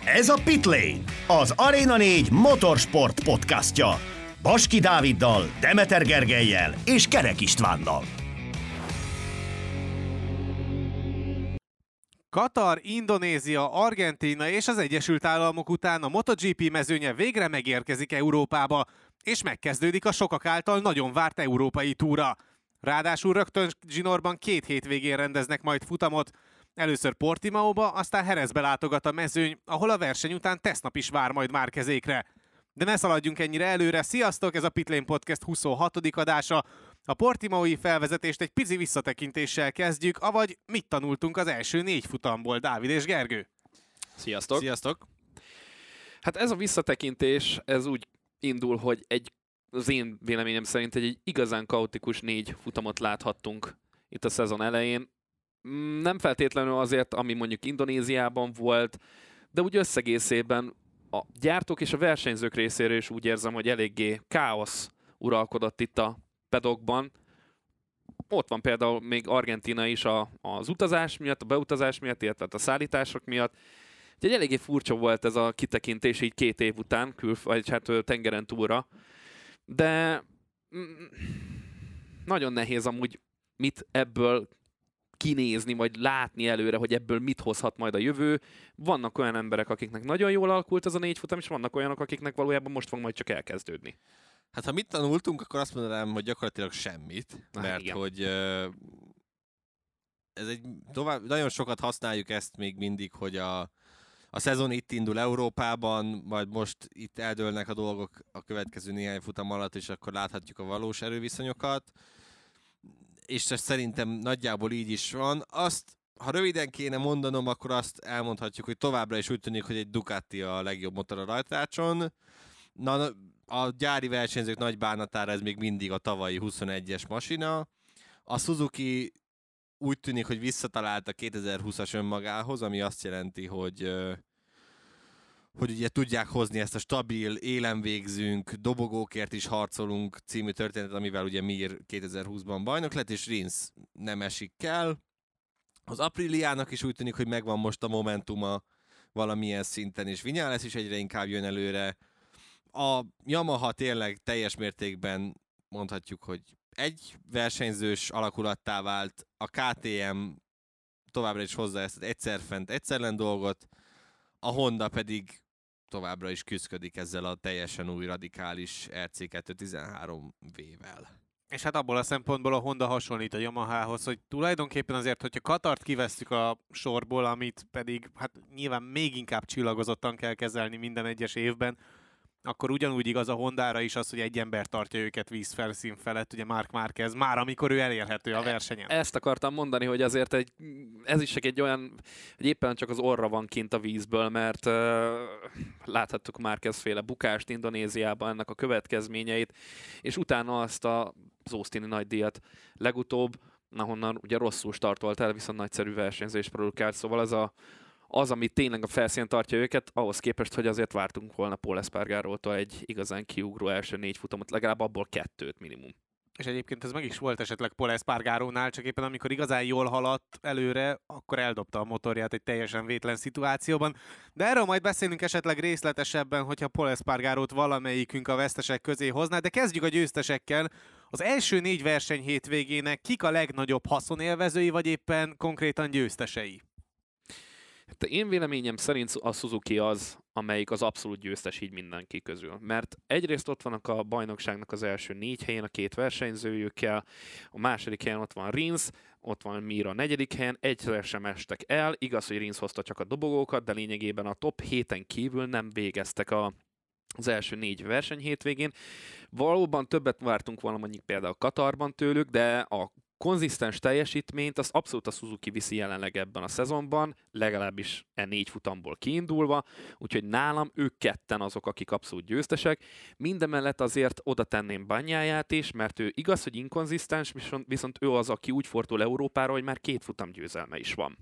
Ez a Pitlane, az Arena 4 motorsport podcastja. Baski Dáviddal, Demeter Gergellyel és Kerek Istvánnal. Katar, Indonézia, Argentína és az Egyesült Államok után a MotoGP mezőnye végre megérkezik Európába, és megkezdődik a sokak által nagyon várt európai túra. Ráadásul rögtön zsinórban 2 hétvégén rendeznek majd futamot. Először Portimaóba, aztán Jerezbe látogat a mezőny, ahol a verseny után tesztnap is vár majd Márquezékre. De ne szaladjunk ennyire előre, sziasztok! Ez a Pitlane Podcast 26. adása. A portimaói felvezetést egy pici visszatekintéssel kezdjük, avagy mit tanultunk az első 4 futamból, Dávid és Gergő? Sziasztok! Sziasztok! Hát ez a visszatekintés, ez úgy indul, hogy az én véleményem szerint egy igazán kaotikus 4 futamot láthattunk itt a szezon elején. Nem feltétlenül azért, ami mondjuk Indonéziában volt, de úgy összegészében a gyártók és a versenyzők részéről is úgy érzem, hogy eléggé káosz uralkodott itt a pedokban. Ott van például még Argentína is az utazás miatt, a beutazás miatt, illetve a szállítások miatt. Úgyhogy eléggé furcsa volt ez a kitekintés így 2 év után, vagy hát tengeren túlra. De nagyon nehéz amúgy mit ebből kinézni, vagy látni előre, hogy ebből mit hozhat majd a jövő. Vannak olyan emberek, akiknek nagyon jól alakult ez a 4 futam, és vannak olyanok, akiknek valójában most fog majd csak elkezdődni. Hát ha mit tanultunk, akkor azt mondanám, hogy gyakorlatilag semmit, mert igen. hogy ez egy nagyon sokat használjuk ezt még mindig, hogy a szezon itt indul Európában, majd most itt eldőlnek a dolgok a következő néhány futam alatt, és akkor láthatjuk a valós erőviszonyokat. És ez szerintem nagyjából így is van. Azt, ha röviden kéne mondanom, akkor azt elmondhatjuk, hogy továbbra is úgy tűnik, hogy egy Ducati a legjobb motor a rajtrácson. Na, a gyári versenyzők nagy bánatára ez még mindig a tavalyi 21-es masina. A Suzuki úgy tűnik, hogy visszatalált a 2020-as önmagához, ami azt jelenti, hogy ugye tudják hozni ezt a stabil, élen végzünk, dobogókért is harcolunk című történetet, amivel ugye Mir 2020-ban bajnok lett, és Rins nem esik kell. Az Apriliának is úgy tűnik, hogy megvan most a momentuma valamilyen szinten, és Viñales is egyre inkább jön előre. A Yamaha tényleg teljes mértékben mondhatjuk, hogy egy versenyzős alakulattá vált, a KTM továbbra is hozza ezt az egyszer fent, egyszer len dolgot, a Honda pedig továbbra is küszködik ezzel a teljesen új radikális RC213V-vel. És hát abból a szempontból a Honda hasonlít a Yamahához, hogy tulajdonképpen azért, hogyha Katart kivesszük a sorból, amit pedig hát nyilván még inkább csillagozottan kell kezelni minden egyes évben, akkor ugyanúgy igaz a Hondára is az, hogy egy ember tartja őket vízfelszín felett, ugye Marc Márquez, már amikor ő elérhető a versenyen. Ezt akartam mondani, hogy azért ez is csak egy olyan, hogy éppen csak az orra van kint a vízből, mert láthattuk Márquez féle bukást Indonéziában, ennek a következményeit, és utána azt az Austini nagydíjat legutóbb, ahonnan ugye rosszul startolt el, viszont nagyszerű versenyzés produkált, szóval az, ami tényleg a felszínen tartja őket, ahhoz képest, hogy azért vártunk volna Pol Espargarótól egy igazán kiugró első 4 futamot, legalább abból 2 minimum. És egyébként ez meg is volt esetleg Pol Espargarónál, csak éppen amikor igazán jól haladt előre, akkor eldobta a motorját egy teljesen vétlen szituációban. De erről majd beszélünk esetleg részletesebben, hogyha Pol Espargarót valamelyikünk a vesztesek közé hozná, de kezdjük a győztesekkel. Az első 4 verseny hétvégének kik a legnagyobb haszonélvezői, vagy éppen konkrétan győztesei? De én véleményem szerint a Suzuki az, amelyik az abszolút győztes így mindenki közül. Mert egyrészt ott vannak a bajnokságnak az első 4 helyén a 2 versenyzőjükkel, a második helyen ott van Rins, ott van Mir a 4. helyen, egyszer sem estek el, igaz, hogy Rins hozta csak a dobogókat, de lényegében a top 7-en kívül nem végeztek az első 4 verseny hétvégén. Valóban többet vártunk volna mondjuk például Katarban tőlük, de a konzisztens teljesítményt az abszolút a Suzuki viszi jelenleg ebben a szezonban, legalábbis 4 futamból kiindulva, úgyhogy nálam ők ketten azok, akik abszolút győztesek. Mindemellett azért oda tenném Bagnáját is, mert ő igaz, hogy inkonzisztens, viszont ő az, aki úgy fordul Európára, hogy már 2 futam győzelme is van.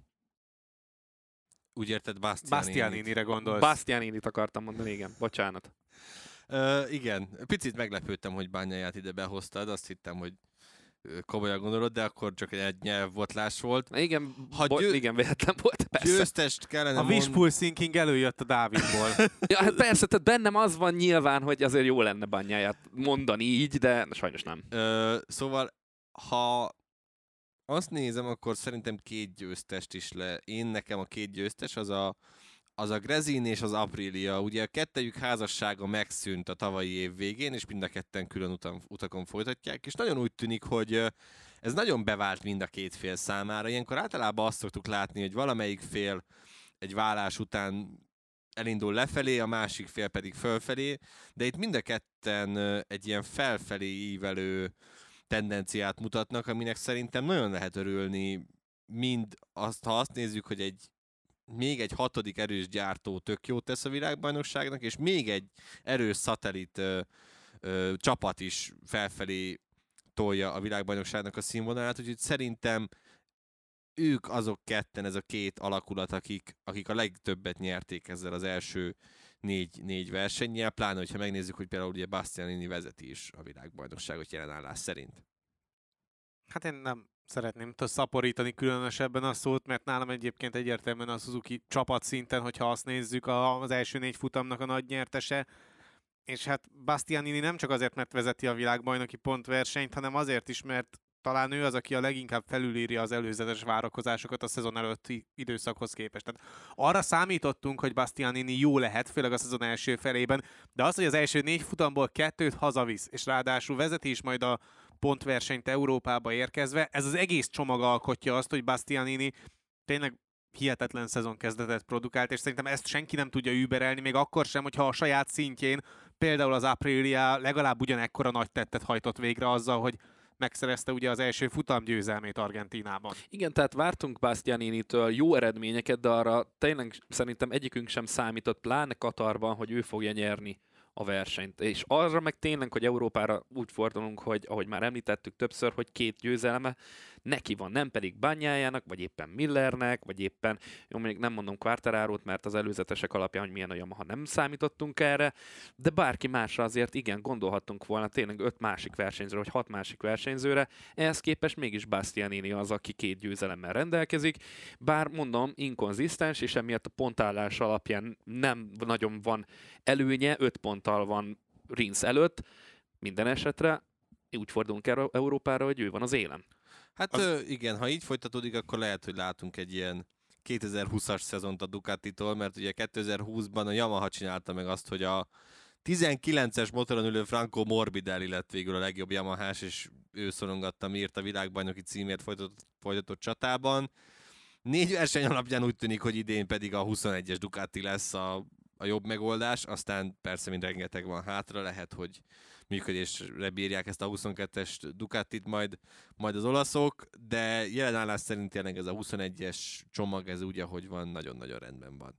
Úgy érted, Bastianini-re gondolsz? Bastianinit akartam mondani, igen, bocsánat. Igen, picit meglepődtem, hogy Bagnáját ide behoztad, azt hittem, hogy komolyan gondolod, de akkor csak egy nyelvbotlás volt. Igen, Ha igen, véletlen volt, persze. Győztest kellene A wishful thinking előjött a Dávidból. Ja, hát persze, tehát bennem az van nyilván, hogy azért jó lenne Bagnáját mondani így, de sajnos nem. Szóval, ha azt nézem, akkor szerintem 2 győztest is nekem a 2 győztes az a Grezin és az Aprilia. Ugye a kettejük házassága megszűnt a tavalyi év végén, és mind a ketten külön utakon folytatják, és nagyon úgy tűnik, hogy ez nagyon bevált mind a két fél számára. Ilyenkor általában azt szoktuk látni, hogy valamelyik fél egy válás után elindul lefelé, a másik fél pedig fölfelé, de itt mind a ketten egy ilyen felfelé ívelő tendenciát mutatnak, aminek szerintem nagyon lehet örülni, ha azt nézzük, hogy még egy 6. erős gyártó tök jót tesz a világbajnokságnak, és még egy erős szatellit csapat is felfelé tolja a világbajnokságnak a színvonalát, úgyhogy szerintem ők azok ketten, ez a 2 alakulat, akik a legtöbbet nyerték ezzel az első 4 versennyel, pláne, hogyha megnézzük, hogy például ugye Bastianini vezeti is a világbajnokságot jelenállás szerint. Hát én nem szeretném szaporítani különösebben a szót, mert nálam egyébként egyértelműen a Suzuki csapatszinten, hogyha azt nézzük, az első 4 futamnak a nagy nyertese, és hát Bastianini nem csak azért, mert vezeti a világbajnoki pontversenyt, hanem azért is, mert talán ő az, aki a leginkább felülírja az előzetes várakozásokat a szezon előtti időszakhoz képest. Tehát arra számítottunk, hogy Bastianini jó lehet, főleg a szezon első felében, de az, hogy az első 4 futamból 2 hazavisz, és ráadásul vezeti is majd a pontversenyt Európába érkezve, ez az egész csomag alkotja azt, hogy Bastianini tényleg hihetetlen szezonkezdetet produkált, és szerintem ezt senki nem tudja überelni, még akkor sem, hogyha a saját szintjén például az Aprilia legalább ugyanekkora nagy tettet hajtott végre azzal, hogy megszerezte ugye az első futamgyőzelmét Argentínában. Igen, tehát vártunk Bastianinitől jó eredményeket, de arra tényleg szerintem egyikünk sem számított, pláne Katarban, hogy ő fogja nyerni a versenyt. És arra meg tényleg, hogy Európára úgy fordulunk, hogy ahogy már említettük többször, hogy 2 győzelme neki van, nem pedig Bagnájának, vagy éppen Millernek, vagy éppen, jó, még nem mondom Quartararót, mert az előzetesek alapján, hogy milyen a Yamaha, nem számítottunk erre, de bárki másra azért igen, gondolhattunk volna tényleg 5 másik versenyzőre, vagy 6 másik versenyzőre, ehhez képest mégis Bastianini az, aki 2 győzelemmel rendelkezik, bár mondom, inkonzisztens, és emiatt a pontállás alapján nem nagyon van előnye, 5 ponttal van Rins előtt, minden esetre úgy fordulunk Európára, hogy ő van az élen. Hát igen, ha így folytatódik, akkor lehet, hogy látunk egy ilyen 2020-as szezont a Ducatitól, mert ugye 2020-ban a Yamaha csinálta meg azt, hogy a 19-es motoron ülő Franco Morbidelli lett végül a legjobb Yamahás, és ő szorongatta Mirt a világbajnoki címért folytatott csatában. 4 verseny alapján úgy tűnik, hogy idén pedig a 21-es Ducati lesz a jobb megoldás, aztán persze mind rengeteg van hátra, lehet, hogy működésre bírják ezt a 22-es Ducatit majd az olaszok, de jelenállás szerint tényleg ez a 21-es csomag, ez úgy, ahogy van, nagyon-nagyon rendben van.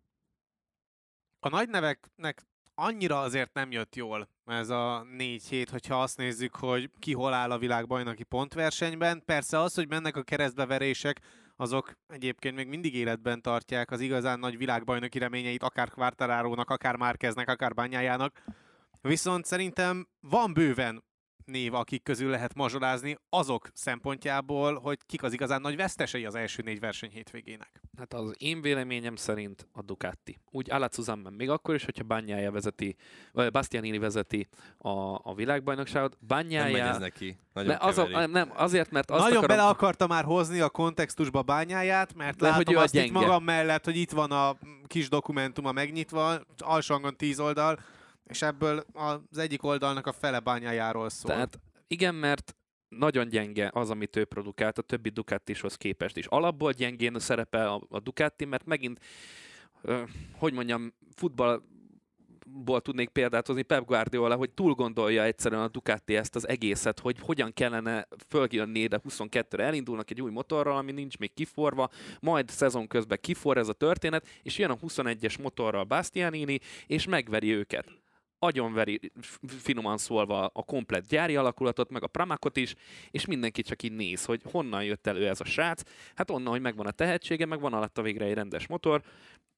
A nagy neveknek annyira azért nem jött jól ez a 4 hét, hogyha azt nézzük, hogy ki hol áll a világbajnoki pontversenyben. Persze az, hogy mennek a keresztbeverések, azok egyébként még mindig életben tartják az igazán nagy világbajnoki reményeit, akár Quartararónak, akár Márqueznek, akár Bagnájának. Viszont szerintem van bőven név, akik közül lehet mazsolázni azok szempontjából, hogy kik az igazán nagy vesztesei az első 4 verseny hétvégének. Hát az én véleményem szerint a Ducati. Úgy Alacuzamben, még akkor is, hogyha Bagnaia vezeti, vagy Bastianini vezeti a világbajnokságot. Bagnaia... Nem megy ez neki. Nagyon nem, azért, mert azt nagyon akarom... bele akarta már hozni a kontextusba Bagnáját, mert de látom hogy azt itt magam mellett, hogy itt van a kis dokumentuma megnyitva, alsóhangon 10 oldal, és ebből az egyik oldalnak a fele Bagnájáról szól. Tehát igen, mert nagyon gyenge az, amit ő produkált a többi Ducatishoz képest is. Alapból gyengén szerepel a Ducati, mert megint, hogy mondjam, futballból tudnék példát hozni Pep Guardiola, hogy túl gondolja egyszerűen a Ducati ezt az egészet, hogy hogyan kellene följönni, de 22-re elindulnak egy új motorral, ami nincs még kiforva, majd szezon közben kifor ez a történet, és jön a 21-es motorral Bastianini, és megveri őket. Agyonveri, finoman szólva, a komplett gyári alakulatot, meg a Pramakot is, és mindenki csak így néz, hogy honnan jött elő ez a srác. Hát onnan, hogy megvan a tehetsége, meg van alatta végre egy rendes motor.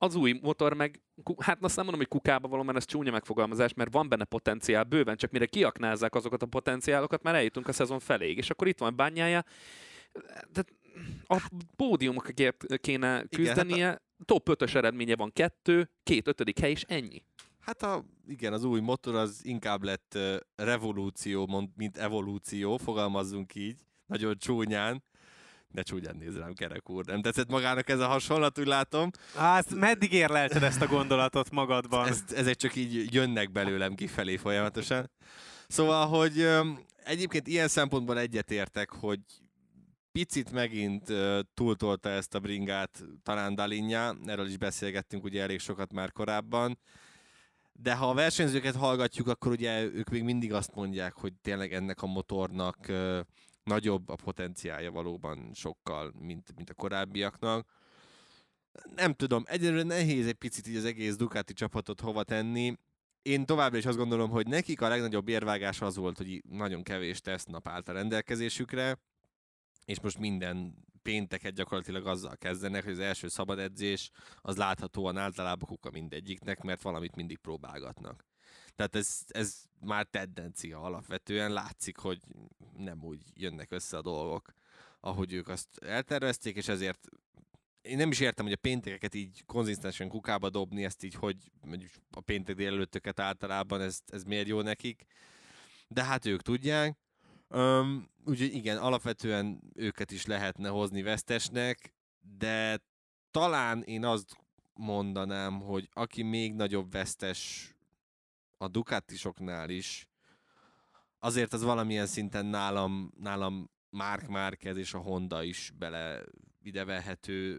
az új motor meg, hát azt nem mondom, hogy kukába való, mert ez csúnya megfogalmazás, mert van benne potenciál bőven, csak mire kiaknázzák azokat a potenciálokat, már eljutunk a szezon feléig, és akkor itt van Bagnaia, de a pódiumokért kéne küzdenie, igen, top 5-ös eredménye van 2 5. hely, és ennyi. Hát igen, az új motor az inkább lett revolúció, mint evolúció, fogalmazzunk így, nagyon csúnyán. Ne csúnyán néz rám, Kerek úr. Nem tetszett magának ez a hasonlat, úgy látom. Hát meddig érlelted ezt a gondolatot magadban? Ezek csak így jönnek belőlem kifelé folyamatosan. Szóval, hogy egyébként ilyen szempontból egyetértek, hogy picit megint túltolta ezt a bringát talán Dalinja, erről is beszélgettünk ugye elég sokat már korábban. De ha a versenyzőket hallgatjuk, akkor ugye ők még mindig azt mondják, hogy tényleg ennek a motornak nagyobb a potenciálja valóban sokkal, mint a korábbiaknak. Nem tudom, egyelőre nehéz egy picit így az egész Ducati csapatot hova tenni. Én továbbra is azt gondolom, hogy nekik a legnagyobb érvágás az volt, hogy nagyon kevés tesztnap állt a rendelkezésükre, és most minden pénteket gyakorlatilag azzal kezdenek, hogy az első szabad edzés az láthatóan általában kuka mindegyiknek, mert valamit mindig próbálgatnak. Tehát ez már tendencia alapvetően, látszik, hogy nem úgy jönnek össze a dolgok, ahogy ők azt eltervezték, és ezért én nem is értem, hogy a péntekeket így konzisztensen kukába dobni, ezt így, hogy a péntek délelőttöket általában, ez miért jó nekik, de hát ők tudják. Úgyhogy igen, alapvetően őket is lehetne hozni vesztesnek, de talán én azt mondanám, hogy aki még nagyobb vesztes a Ducatisoknál is, azért az valamilyen szinten nálam Marc Márquez és a Honda is bele idevehető.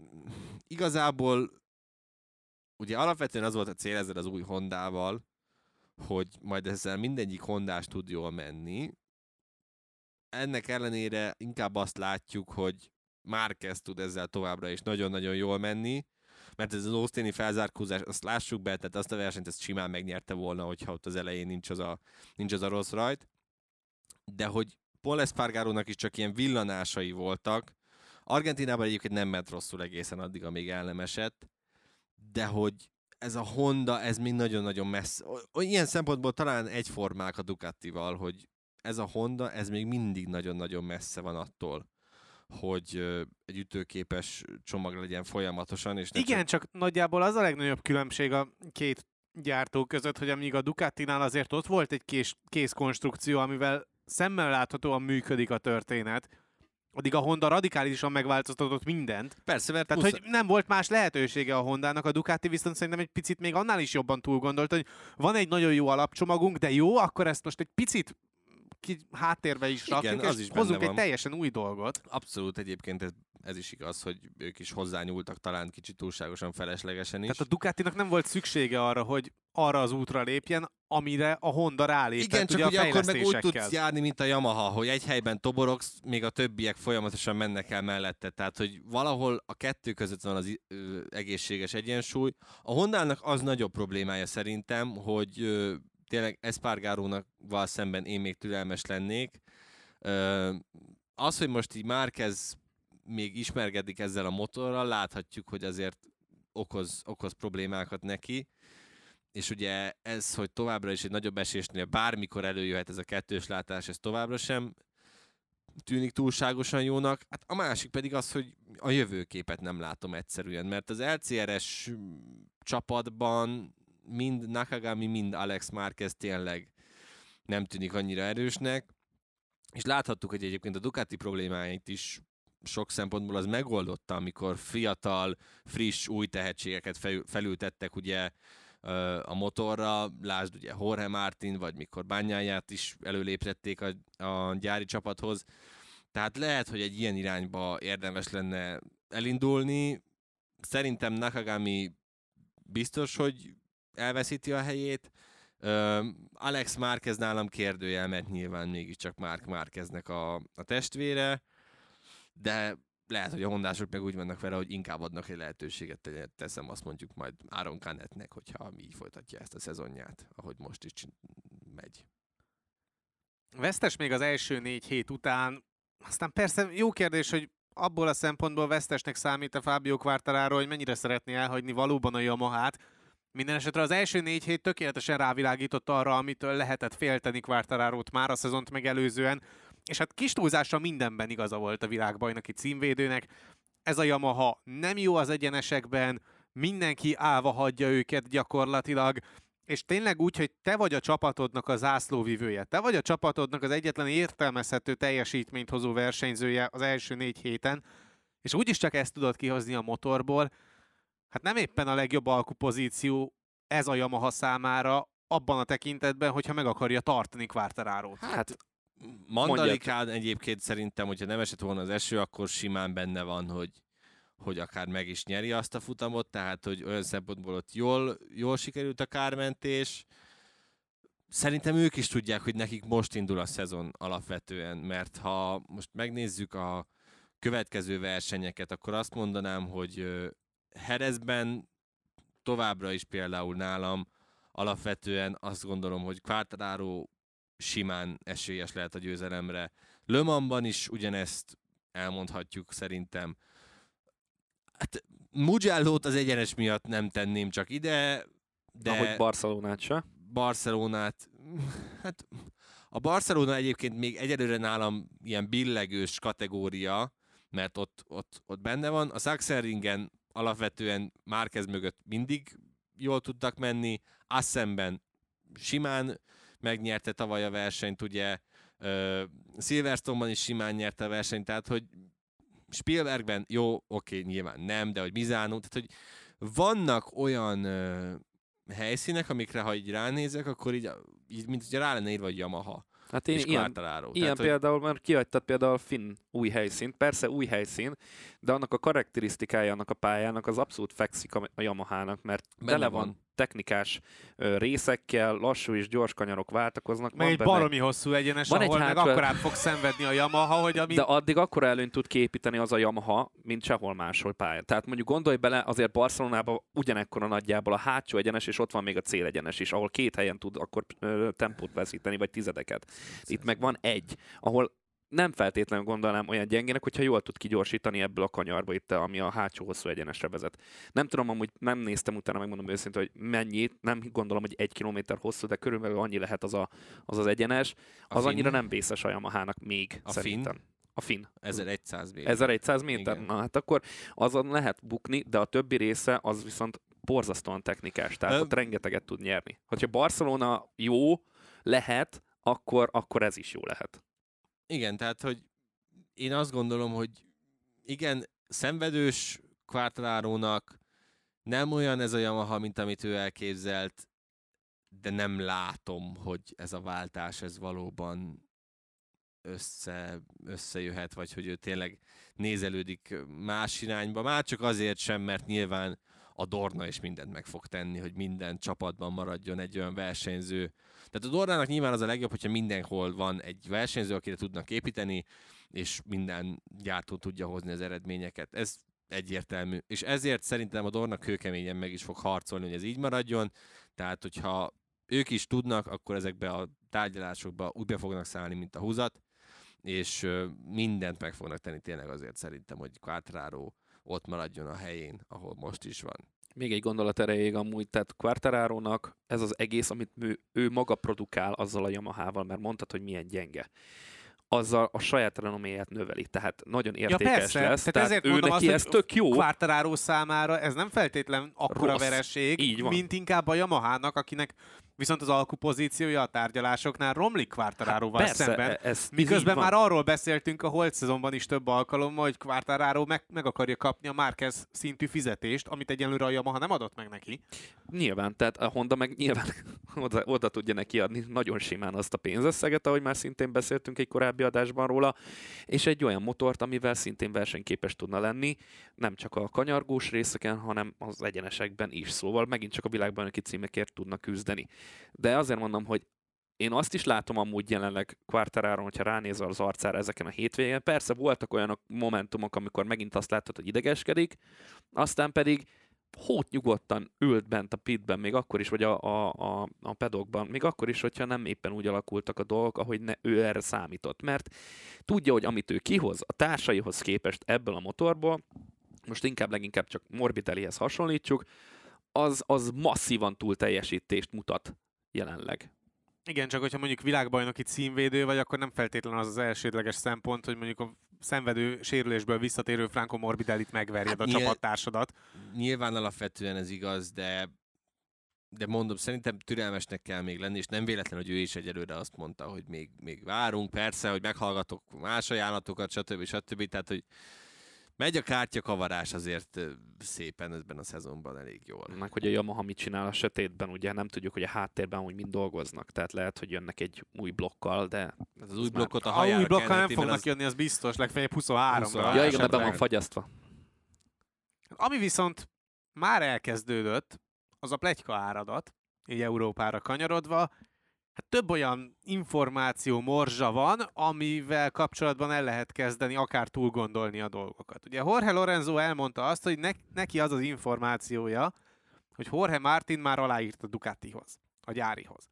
Igazából ugye alapvetően az volt a cél ezzel az új Hondával, hogy majd ezzel mindegyik hondás tud jól menni. Ennek ellenére inkább azt látjuk, hogy Márquez tud ezzel továbbra is nagyon-nagyon jól menni, mert ez az Austini felzárkózás, azt lássuk be, tehát azt a versenyt ezt simán megnyerte volna, hogyha ott az elején nincs az a rossz rajt. De hogy Pol Espargarónak is csak ilyen villanásai voltak. Argentinában egyébként nem ment rosszul egészen addig, amíg el nem esett, de hogy ez a Honda, ez még nagyon-nagyon messze. Ilyen szempontból talán egyformák a Ducatival, hogy ez a Honda, ez még mindig nagyon-nagyon messze van attól, hogy egy ütőképes csomag legyen folyamatosan. És igen, csak nagyjából az a legnagyobb különbség a két gyártó között, hogy amíg a Ducatinál azért ott volt egy kész konstrukció, amivel szemmel láthatóan működik a történet, addig a Honda radikálisan megváltoztatott mindent. Persze, mert tehát, hogy nem volt más lehetősége a Hondának, a Ducati viszont szerintem egy picit még annál is jobban túlgondolt, hogy van egy nagyon jó alapcsomagunk, de jó, akkor ezt most egy picit háttérbe is rakjuk, és is hozzunk egy teljesen új dolgot. Abszolút, egyébként ez is igaz, hogy ők is hozzányúltak talán kicsit túlságosan feleslegesen is. Tehát a Ducatinak nem volt szüksége arra, hogy arra az útra lépjen, amire a Honda rálépett. Igen, csak ugye akkor meg úgy tudsz tudsz járni, mint a Yamaha, hogy egy helyben toborogsz, még a többiek folyamatosan mennek el mellette. Tehát, hogy valahol a kettő között van az egészséges egyensúly. A Hondának az nagyobb problémája szerintem, hogy tényleg Espargarónak szemben én még türelmes lennék. Az, hogy most így Márquez még ismerkedik ezzel a motorral, láthatjuk, hogy azért okoz problémákat neki. És ugye ez, hogy továbbra is egy nagyobb esésnél bármikor előjöhet ez a kettős látás, ez továbbra sem tűnik túlságosan jónak. Hát a másik pedig az, hogy a jövőképet nem látom egyszerűen, mert az LCRS csapatban mind Nakagami, mind Alex Márquez tényleg nem tűnik annyira erősnek, és láthattuk, hogy egyébként a Ducati problémáit is sok szempontból az megoldotta, amikor fiatal, friss, új tehetségeket felültettek ugye a motorra, lásd ugye Jorge Martin, vagy mikor Bagnaia-t is előléptették a gyári csapathoz. Tehát lehet, hogy egy ilyen irányba érdemes lenne elindulni. Szerintem Nakagami biztos, hogy elveszíti a helyét. Alex Márquez nálam kérdőjel, mert nyilván mégiscsak Marc Márqueznek a testvére, de lehet, hogy a hondások meg úgy vannak vele, hogy inkább adnak egy lehetőséget, teszem azt mondjuk majd Aaron Canettnek, hogyha így folytatja ezt a szezonját, ahogy most is megy. Vesztes még az első 4 hét után, aztán persze jó kérdés, hogy abból a szempontból vesztesnek számít a Fabio Quartararo, hogy mennyire szeretné elhagyni valóban a Yamahát. Minden esetre az első 4 hét tökéletesen rávilágított arra, amitől lehetett félteni Quartararót már a szezont megelőzően, és hát kis túlzásra mindenben igaza volt a világbajnoki címvédőnek. Ez a Yamaha nem jó az egyenesekben, mindenki állva hagyja őket gyakorlatilag, és tényleg úgy, hogy te vagy a csapatodnak a zászlóvivője, te vagy a csapatodnak az egyetlen értelmezhető teljesítményt hozó versenyzője az első 4 héten, és úgyis csak ezt tudod kihozni a motorból, hát nem éppen a legjobb alkupozíció ez a Yamaha számára abban a tekintetben, hogyha meg akarja tartani Quartararót. Hát Mandalikán egyébként szerintem, hogyha nem esett volna az eső, akkor simán benne van, hogy akár meg is nyeri azt a futamot, tehát hogy olyan szempontból ott jól sikerült a kármentés. Szerintem ők is tudják, hogy nekik most indul a szezon alapvetően, mert ha most megnézzük a következő versenyeket, akkor azt mondanám, hogy Jerezben továbbra is például nálam alapvetően azt gondolom, hogy Quartararo simán esélyes lehet a győzelemre. Le Mansban is ugyanezt elmondhatjuk szerintem. Hát Mugello-t az egyenes miatt nem tenném csak ide, de... Ahogy Barcelonát se. Barcelonát... Hát a Barcelona egyébként még egyelőre nálam ilyen billegős kategória, mert ott benne van. A Sachsenringen alapvetően Márquez mögött mindig jól tudtak menni. Assenben simán megnyerte tavaly a versenyt, ugye Silverstone-ban is simán nyerte a versenyt, tehát hogy Spielbergben jó, oké, nyilván nem, de hogy Misano, tehát hogy vannak olyan helyszínek, amikre ha így ránézek, akkor így mint hogyha rá lenne írva, vagy Yamaha. Hát és ilyen tehát, például, mert kihagytad például a finn új helyszínt, persze új helyszín, de annak a karakterisztikája annak a pályának az abszolút fekszik a Yamahának, mert tele van technikás részekkel, lassú és gyors kanyarok váltakoznak. Meg egy baromi hosszú egyenes, van ahol meg akkorát fog szenvedni a Yamaha, hogy ami... De addig akkora előnyt tud kiépíteni az a Yamaha, mint sehol máshol pályán. Tehát mondjuk gondolj bele, azért Barcelonában ugyanekkora nagyjából a hátsó egyenes, és ott van még a célegyenes is, ahol 2 helyen tud akkor tempót veszíteni, vagy tizedeket. Itt meg van egy, ahol nem feltétlenül gondolnám olyan gyengének, hogyha jól tud kigyorsítani ebből a kanyarba itt, ami a hátsó hosszú egyenesre vezet. Nem tudom, amúgy nem néztem utána, megmondom őszintén, hogy mennyit, nem gondolom, hogy 1 kilométer hosszú, de körülbelül annyi lehet az egyenes. Az annyira nem vészes a Yamahának még, szerintem. A finn. 1100 méter. 1100 méter? Na hát akkor azon lehet bukni, de a többi része az viszont borzasztóan technikás, tehát ott rengeteget tud nyerni. Hogyha Barcelona jó lehet, akkor ez is jó lehet. Igen, tehát, hogy én azt gondolom, hogy igen, szenvedős Quartararónak nem olyan ez a Yamaha, mint amit ő elképzelt, de nem látom, hogy ez a váltás, ez valóban összejöhet, vagy hogy ő tényleg nézelődik más irányba. Már csak azért sem, mert nyilván a Dorna is mindent meg fog tenni, hogy minden csapatban maradjon egy olyan versenyző. Tehát a Dornának nyilván az a legjobb, hogyha mindenhol van egy versenyző, akire tudnak építeni, és minden gyártó tudja hozni az eredményeket. Ez egyértelmű. És ezért szerintem a Dorna kőkeményen meg is fog harcolni, hogy ez így maradjon. Tehát, hogyha ők is tudnak, akkor ezekbe a tárgyalásokba úgy be fognak szállni, mint a húzat, és mindent meg fognak tenni tényleg azért szerintem, hogy Quartararo ott maradjon a helyén, ahol most is van. Még egy gondolat erejéig amúgy, tehát Quartararónak ez az egész, amit ő maga produkál azzal a Yamahával, mert mondtad, hogy milyen gyenge, azzal a saját renoméját növeli, tehát nagyon értékes lesz, tehát ő neki ez tök jó. Quartararo számára ez nem feltétlen akkora vereség, mint inkább a Yamahának, akinek viszont az alkupozíciója a tárgyalásoknál romlik Quartararóval szemben. Miközben már arról beszéltünk a holt szezonban is több alkalommal, hogy Quartararo meg akarja kapni a Márquez szintű fizetést, amit egyenlőre a Yamaha nem adott meg neki. Nyilván, tehát a Honda meg nyilván oda tudja neki adni nagyon simán azt a pénzösszeget, ahogy már szintén beszéltünk egy korábbi adásban róla, és egy olyan motort, amivel szintén versenyképes tudna lenni, nem csak a kanyargós részeken, hanem az egyenesekben is. Szóval megint csak a világbajnoki címekért tudnak küzdeni. De azért mondom, hogy én azt is látom amúgy jelenleg Quartararon, hogyha ránézel az arcára ezeken a hétvégén. Persze voltak olyan momentumok, amikor megint azt láttad, hogy idegeskedik, aztán pedig hót nyugodtan ült bent a pitben, még akkor is, vagy a pedokban, még akkor is, hogyha nem éppen úgy alakultak a dolgok, ahogy ő erre számított. Mert tudja, hogy amit ő kihoz a társaihoz képest ebből a motorból, most leginkább csak Morbidellihez hasonlítsuk, az masszívan túl teljesítést mutat jelenleg. Igen, csak hogyha mondjuk világbajnoki címvédő vagy, akkor nem feltétlenül az elsődleges szempont, hogy mondjuk a szenvedő sérülésből visszatérő Franco Morbidellit megverjed a csapattársadat. Nyilván alapvetően ez igaz, de mondom, szerintem türelmesnek kell még lenni, és nem véletlen, hogy ő is egyelőre azt mondta, hogy még várunk, persze, hogy meghallgatok más ajánlatokat, stb. Tehát, hogy megy a kártyakavarás azért szépen ebben a szezonban elég jól. Meg hogy a Yamaha mit csinál a sötétben, ugye nem tudjuk, hogy a háttérben úgy mind dolgoznak, tehát lehet, hogy jönnek egy új blokkal, de... Ez az új blokkot a hajára új blokkal nem fognak az... jönni, az biztos, legfeljebb 23-ra. Ja, igen, be van fagyasztva. Ami viszont már elkezdődött, az a pletyka áradat, így Európára kanyarodva. Hát több olyan információ morzsa van, amivel kapcsolatban el lehet kezdeni akár túl gondolni a dolgokat. Ugye Jorge Lorenzo elmondta azt, hogy neki az az információja, hogy Jorge Martin már aláírt a Ducatihoz, a gyárihoz.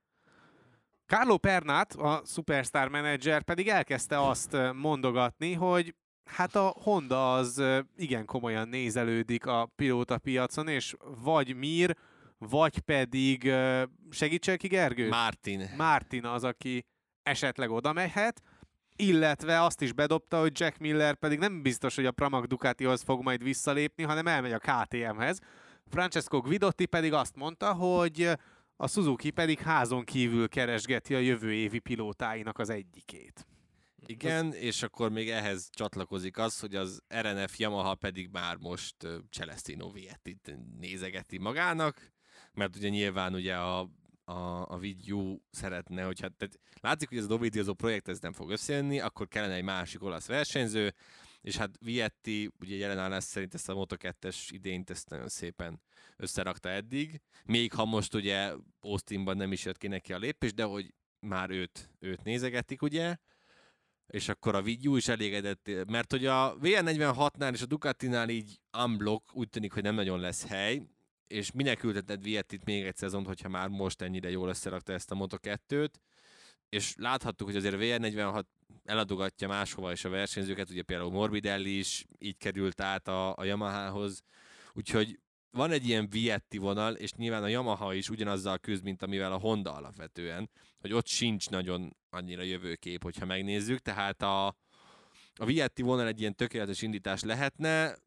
Carlo Pernát, a Superstar Manager pedig elkezdte azt mondogatni, hogy hát a Honda az igen komolyan nézelődik a pilótapiacon, és vagy Mir, vagy pedig, segítsen ki Gergő? Martin az, aki esetleg oda mehet, illetve azt is bedobta, hogy Jack Miller pedig nem biztos, hogy a Pramac Ducatihoz fog majd visszalépni, hanem elmegy a KTM-hez. Francesco Guidotti pedig azt mondta, hogy a Suzuki pedig házon kívül keresgeti a jövő évi pilótáinak az egyikét. Igen, és akkor még ehhez csatlakozik az, hogy az RNF Yamaha pedig már most Celestino Viettit nézegeti magának, mert ugye nyilván ugye a Vigyú szeretne, hogyha tehát látszik, hogy ez a Dovizioso projekt ez nem fog összejönni, akkor kellene egy másik olasz versenyző, és hát Vietti ugye jelen állás szerint ezt a Moto2-es idényt ezt nagyon szépen összerakta eddig, még ha most ugye Austinban nem is jött ki neki a lépés, de hogy már őt nézegetik, ugye, és akkor a Vigyú is elégedett, mert hogy a VN46-nál és a Ducatinál így unblock úgy tűnik, hogy nem nagyon lesz hely, és minek ültetett Viettit még egy szezont, hogyha már most ennyire jól összerakta ezt a Moto2-t, és láthattuk, hogy azért a VR46 eladogatja máshova is a versenyzőket, ugye például Morbidelli is így került át a Yamahához, úgyhogy van egy ilyen Vietti vonal, és nyilván a Yamaha is ugyanazzal küzd, mint amivel a Honda alapvetően, hogy ott sincs nagyon annyira jövőkép, hogyha megnézzük, tehát a Vietti vonal egy ilyen tökéletes indítás lehetne.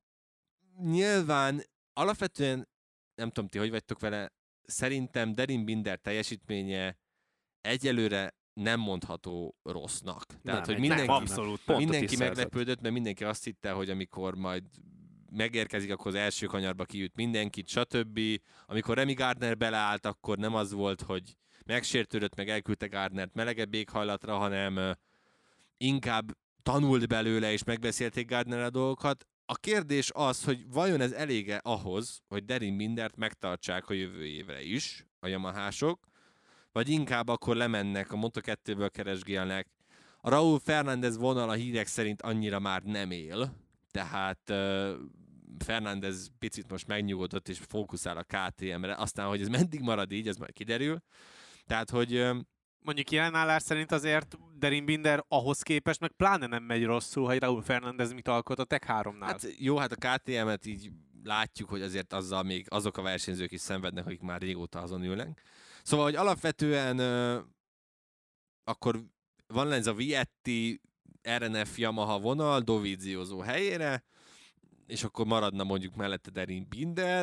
Nyilván alapvetően nem tudom ti, hogy vagytok vele, szerintem Derin Binder teljesítménye egyelőre nem mondható rossznak. Tehát, hogy mindenki meglepődött, mert mindenki azt hitte, hogy amikor majd megérkezik, akkor az első kanyarba kiüt mindenkit, stb. Amikor Remy Gardner beleállt, akkor nem az volt, hogy megsértődött, meg elküldte Gardnert melegebb éghajlatra, hanem inkább tanult belőle, és megbeszélték Gardner a dolgokat. A kérdés az, hogy vajon ez elége ahhoz, hogy Derin Bindert megtartsák a jövő évre is a Yamahások, vagy inkább akkor lemennek, a Moto2-ből keresgélnek. A Raúl Fernández vonal a hírek szerint annyira már nem él, tehát Fernández picit most megnyugodott és fókuszál a KTM-re, aztán, hogy ez meddig marad így, ez majd kiderül. Tehát, hogy... Mondjuk jelenállás szerint azért Derin Binder ahhoz képest meg pláne nem megy rosszul, hogy Raúl Fernández mit alkot a Tech 3-nál. Hát jó, hát a KTM-et így látjuk, hogy azért azzal még azok a versenyzők is szenvednek, akik már régóta azon ülnek. Szóval, hogy alapvetően akkor van ez a Vietti RNF Yamaha vonal Dovizioso helyére, és akkor maradna mondjuk mellette Derin Binder.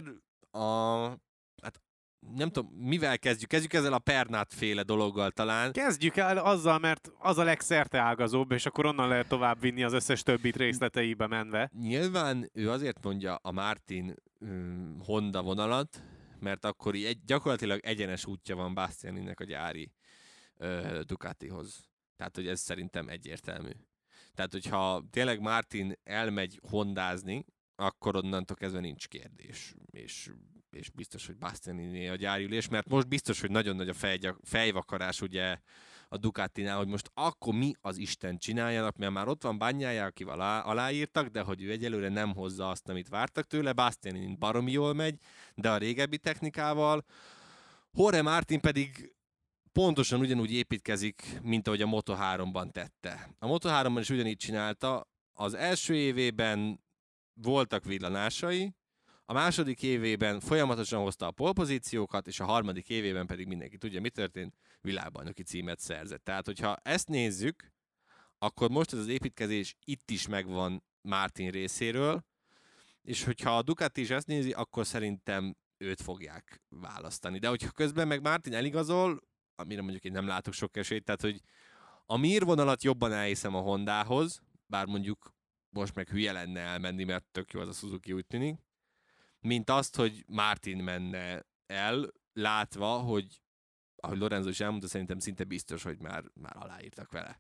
Hát nem tudom, mivel kezdjük? Kezdjük ezzel a Pernát féle dologgal talán. Kezdjük el azzal, mert az a legszerteágazóbb, és akkor onnan lehet tovább vinni az összes többit részleteibe menve. Nyilván ő azért mondja a Martin Honda vonalat, mert akkor így gyakorlatilag egyenes útja van Bastianinek a gyári Ducatihoz. Tehát, hogy ez szerintem egyértelmű. Tehát, hogyha tényleg Martin elmegy hondázni, akkor onnantól kezdve nincs kérdés. és biztos, hogy Bastianini a gyárülés, mert most biztos, hogy nagyon nagy a fejvakarás ugye a Ducatinál, hogy most akkor mi az Isten csináljanak, mert már ott van Bagnaia, akivel aláírtak, de hogy ő egyelőre nem hozza azt, amit vártak tőle. Bastianini baromi jól megy, de a régebbi technikával. Jorge Martin pedig pontosan ugyanúgy építkezik, mint ahogy a Moto3-ban tette. A Moto3-ban is ugyanígy csinálta, az első évében voltak villanásai, a második évében folyamatosan hozta a polpozíciókat, és a harmadik évében pedig mindenki tudja, mi történt, világbajnoki címet szerzett. Tehát, hogyha ezt nézzük, akkor most ez az építkezés itt is megvan Martin részéről, és hogyha a Ducati is ezt nézi, akkor szerintem őt fogják választani. De hogyha közben meg Martin eligazol, amire mondjuk én nem látok sok esélyt, tehát, hogy a Mir vonalat jobban elhiszem a Hondához, bár mondjuk most meg hülye lenne elmenni, mert tök jó az a Suzuki, úgy tűnik, mint azt, hogy Martin menne el, látva, hogy ahogy Lorenzo is elmondta, szerintem szinte biztos, hogy már aláírtak vele.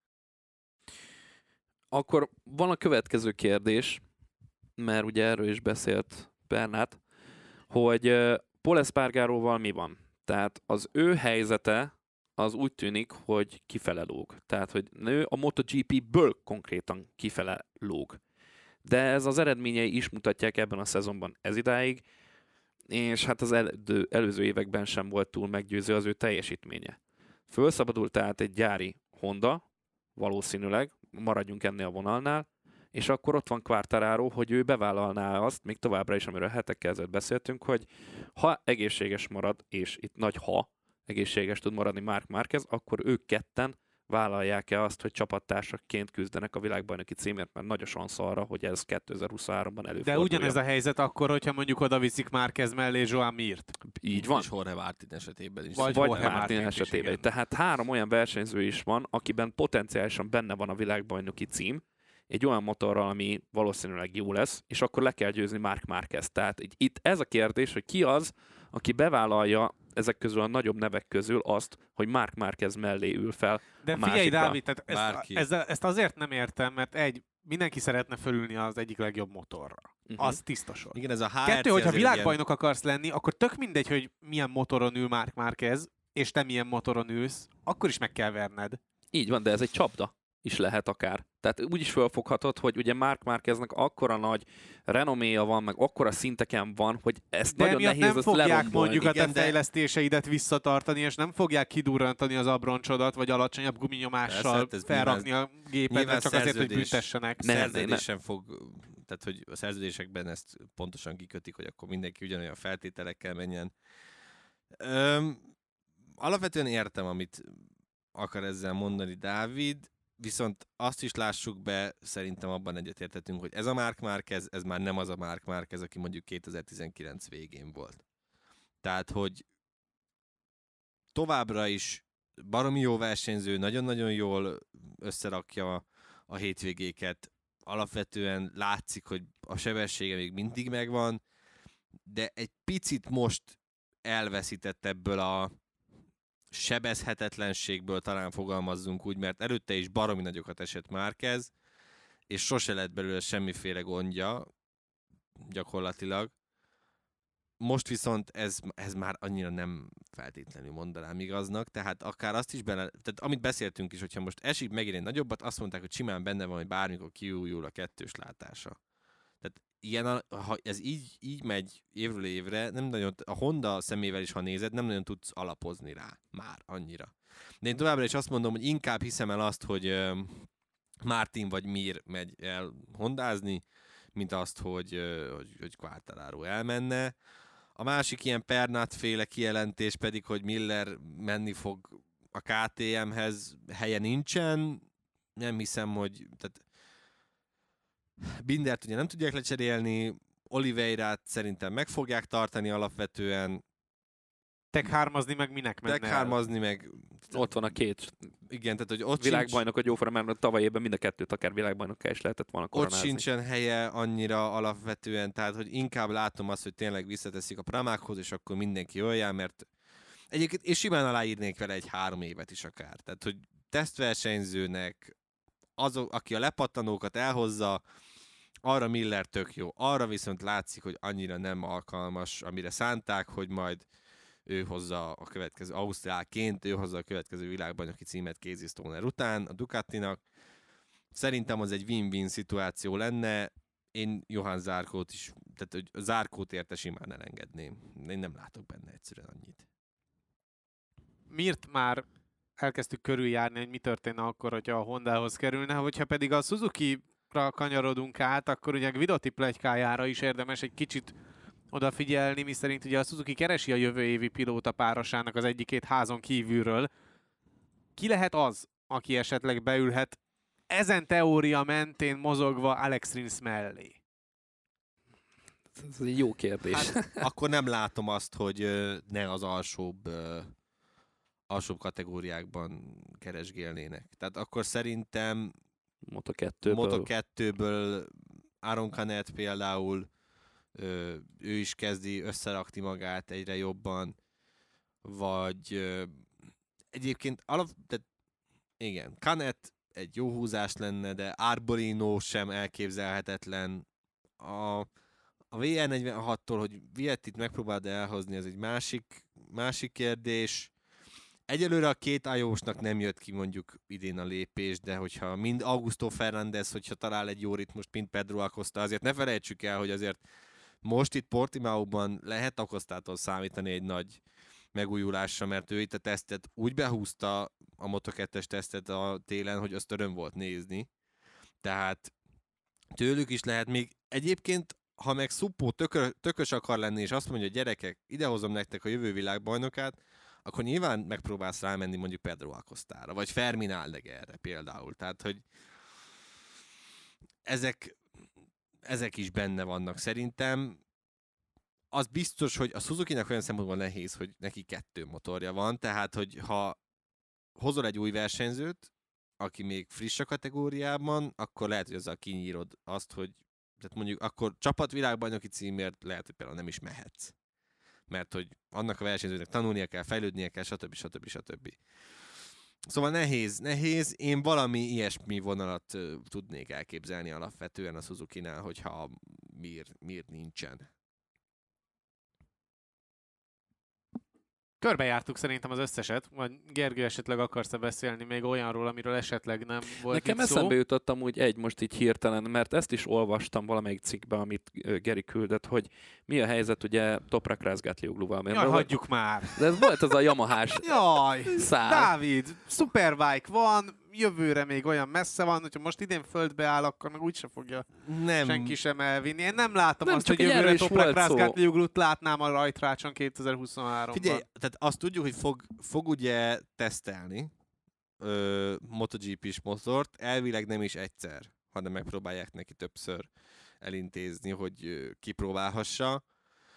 Akkor van a következő kérdés, mert ugye erről is beszélt Bernát, hogy Pol Espargaróval mi van? Tehát az ő helyzete az úgy tűnik, hogy kifele lóg. Tehát, hogy ő a MotoGP-ből konkrétan kifele lóg. De ez az eredményei is mutatják ebben a szezonban ez idáig, és hát az előző években sem volt túl meggyőző az ő teljesítménye. Fölszabadult tehát egy gyári Honda, valószínűleg, maradjunk ennél a vonalnál, és akkor ott van Quartararo, hogy ő bevállalná azt, még továbbra is, amiről hetekkel ezelőtt beszéltünk, hogy ha egészséges marad, és itt nagy ha egészséges tud maradni Marc Márquez, akkor ők ketten vállalják-e azt, hogy csapattársaként küzdenek a világbajnoki címért, mert nagy a szansz arra, hogy ez 2023-ban előforduljon. De ugyanez a helyzet akkor, hogyha mondjuk oda viszik Márquez mellé Joan Mirt. Így van. És Jorge Martin esetében is. Vagy Martin esetében. Tehát 3 olyan versenyző is van, akiben potenciálisan benne van a világbajnoki cím, egy olyan motorral, ami valószínűleg jó lesz, és akkor le kell győzni Marc Márquez. Tehát itt ez a kérdés, hogy ki az, aki bevállalja ezek közül a nagyobb nevek közül azt, hogy Marc Márquez mellé ül fel. De figyelj, Dávid, tehát ezt azért nem értem, mert mindenki szeretne fölülni az egyik legjobb motorra. Az tiszta sor. Igen, ez a HRC. 2, hogyha világbajnok akarsz lenni, akkor tök mindegy, hogy milyen motoron ül Marc Márquez, és te milyen motoron ülsz, akkor is meg kell verned. Így van, de ez egy csapda is lehet akár. Tehát úgy is felfoghatod, hogy ugye Marc Márqueznek akkora nagy renoméja van, meg akkora szinteken van, hogy ezt de nagyon nehéz nem ezt fogják lerombolni. mondjuk a te fejlesztéseidet visszatartani, és nem fogják kidurrantani az abroncsodat, vagy alacsonyabb guminyomással felrakni a gépet, csak azért, hogy büntessenek. Szerződésen fog, tehát hogy a szerződésekben ezt pontosan kikötik, hogy akkor mindenki ugyanolyan feltételekkel menjen. Alapvetően értem, amit akar ezzel mondani Dávid, viszont azt is lássuk be, szerintem abban egyetértettünk, hogy ez a Marc Márquez, ez már nem az a Marc Márquez, aki mondjuk 2019 végén volt. Tehát, hogy továbbra is baromi jó versenyző, nagyon-nagyon jól összerakja a hétvégéket, alapvetően látszik, hogy a sebessége még mindig megvan, de egy picit most elveszített ebből a sebezhetetlenségből, talán fogalmazzunk úgy, mert előtte is baromi nagyokat esett Márquez, és sose lett belőle semmiféle gondja, gyakorlatilag. Most viszont ez már annyira nem feltétlenül mondanám igaznak, tehát akár azt is tehát amit beszéltünk is, hogyha most esik megint egy nagyobbat, azt mondták, hogy simán benne van, hogy bármikor kiújul a kettős látása. Tehát ilyen, ha ez így megy évről évre, nem nagyon, a Honda szemével is, ha nézed, nem nagyon tudsz alapozni rá már annyira. De én továbbra is azt mondom, hogy inkább hiszem el azt, hogy Martin vagy Mir megy el hondázni, mint azt, hogy Quartararo elmenne. A másik ilyen Pernat-féle kijelentés pedig, hogy Miller menni fog a KTM-hez, helye nincsen. Nem hiszem, hogy... Tehát Bindert ugye nem tudják lecserélni, Oliveirát szerintem meg fogják tartani alapvetően. Tech 3-azni meg minek menne? Tech 3-azni meg... Ott van a két igen, tehát, hogy ott világbajnok, hogy jóforra, mert tavaly évben mind a kettőt akár világbajnokká is lehetett volna koronázni. Ott sincsen helye annyira alapvetően, tehát hogy inkább látom azt, hogy tényleg visszateszik a Pramákhoz, és akkor mindenki olyan, mert egyébként és simán aláírnék vele egy 3 évet is akár. Tehát, hogy tesztversenyzőnek, aki a lepattanókat elhozza, arra Miller tök jó, arra viszont látszik, hogy annyira nem alkalmas, amire szánták, hogy majd ő hozza a következő, Ausztrálként, ő hozza a következő világbajnoki címet Casey Stoner után a Ducatinak. Szerintem az egy win-win szituáció lenne, én Johann Zarcót is, tehát hogy Zarcót érte simán elengedném. Én nem látok benne egyszerűen annyit. Mirt már elkezdtük körüljárni, hogy mi történne akkor, hogyha a Hondához kerülne, hogyha pedig a Suzuki-ra kanyarodunk át, akkor ugye Guidotti pletykájára is érdemes egy kicsit odafigyelni, miszerint ugye a Suzuki keresi a jövő évi pilóta párosának az egyikét házon kívülről. Ki lehet az, aki esetleg beülhet ezen teória mentén mozogva Alex Rins mellé? Ez egy jó kérdés. Hát, akkor nem látom azt, hogy ne az alsóbb kategóriákban keresgélnének. Tehát akkor szerintem Moto2-ből Aaron Canet például ő is kezdi összerakni magát egyre jobban, vagy egyébként igen, Canet egy jó húzás lenne, de Arbolino sem elképzelhetetlen. A VR46-tól, hogy Viettit megpróbáld elhozni, ez egy másik kérdés. Egyelőre a két Ajósnak nem jött ki mondjuk idén a lépés, de hogyha mind Augusto Fernández, hogyha talál egy jó ritmust, mint Pedro Acosta, azért ne felejtsük el, hogy azért most itt Portimaóban lehet Acostától számítani egy nagy megújulásra, mert ő itt a tesztet úgy behúzta, a Moto2-es tesztet a télen, hogy azt öröm volt nézni. Tehát tőlük is lehet még egyébként, ha meg Suppó tökös akar lenni, és azt mondja, hogy gyerekek, idehozom nektek a jövő világbajnokát, akkor nyilván megpróbálsz rámenni mondjuk Pedro Acostára, vagy Fermin Aldeguerre például. Tehát, hogy ezek is benne vannak szerintem. Az biztos, hogy a Suzuki-nak olyan szempontból nehéz, hogy neki 2 motorja van, tehát, hogy ha hozol egy új versenyzőt, aki még friss a kategóriában, akkor lehet, hogy azzal kinyírod azt, hogy tehát mondjuk akkor csapatvilágbajnoki címért lehet, hogy például nem is mehetsz. Mert hogy annak a versenyzőnek tanulnia kell, fejlődnie kell, stb. Szóval nehéz. Én valami ilyesmi vonalat tudnék elképzelni alapvetően a Suzuki-nál, hogyha Mir nincsen. Körbejártuk szerintem az összeset, vagy Gergő esetleg akarsz beszélni még olyanról, amiről esetleg nem volt Nekem itt szó? eszembe jutott amúgy most így hirtelen, mert ezt is olvastam valamelyik cikkben, amit Geri küldött, hogy mi a helyzet ugye Toprak Razgatliogluval. Jaj, hagyjuk már! De ez volt az a Yamahás szál. Dávid, Superbike van, jövőre még olyan messze van, hogyha most idén földbe áll, akkor meg úgyse fogja senki sem elvinni. Én nem látom azt, hogy jövőre Toprak Razgatlioglut látnám a rajtrácson 2023-ban. Figyelj, tehát azt tudjuk, hogy fog ugye tesztelni MotoGP-s motort, elvileg nem is egyszer, hanem megpróbálják neki többször elintézni, hogy kipróbálhassa.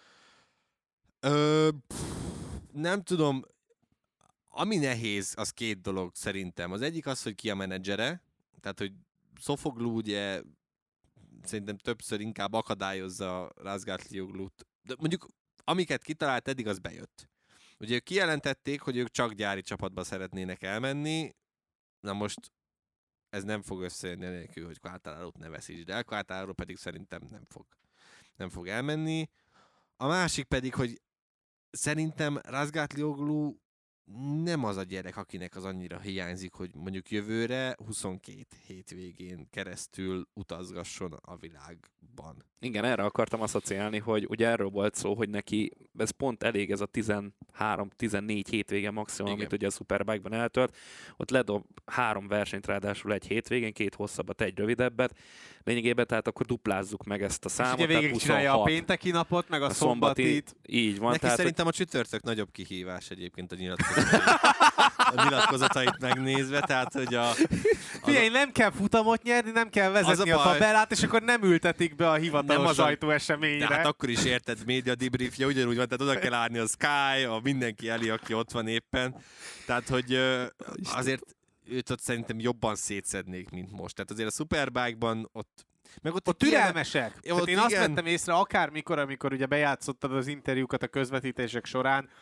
Nem tudom, ami nehéz, az 2 dolog szerintem. Az egyik az, hogy ki a menedzsere, tehát, hogy Sofoglou ugye szerintem többször inkább akadályozza Razgatlioglut. De mondjuk, amiket kitalált eddig, az bejött. Ugye ők kijelentették, hogy ők csak gyári csapatba szeretnének elmenni, na most ez nem fog összejönni nélkül, hogy Quartararo-t ne veszítsd el, Quartararo pedig szerintem nem fog elmenni. A másik pedig, hogy szerintem Razgatlioglu nem az a gyerek, akinek az annyira hiányzik, hogy mondjuk jövőre 22 hétvégén keresztül utazgasson a világban. Igen, erre akartam asszociálni, hogy ugye erről volt szó, hogy neki ez pont elég, ez a 13-14 hétvége maximum, igen, amit ugye a Superbike-ban eltölt. Ott ledob 3 versenyt, ráadásul egy hétvégén, 2 hosszabbat, egy rövidebbet. Lényegében tehát akkor duplázzuk meg ezt a számot. És ugye végig csinálja a pénteki napot, meg a szombatit. Így van. Neki tehát, szerintem a csütörtök nagyobb kihívás egyébként a nyilatkozatait megnézve, tehát hogy Figyelj, nem kell futamot nyerni, nem kell vezetni a tabellát, és akkor nem ültetik be a hivatalos sajtóeseményre. Tehát akkor is érted, média debriefje ugyanúgy van, tehát oda kell állni a Sky, a mindenki elé, aki ott van éppen. Tehát, hogy azért őt ott szerintem jobban szétszednék, mint most. Tehát azért a Superbike-ban ott türelmesek. Tehát én azt vettem észre akármikor, amikor ugye bejátszottad az interjúkat a közvetítések során,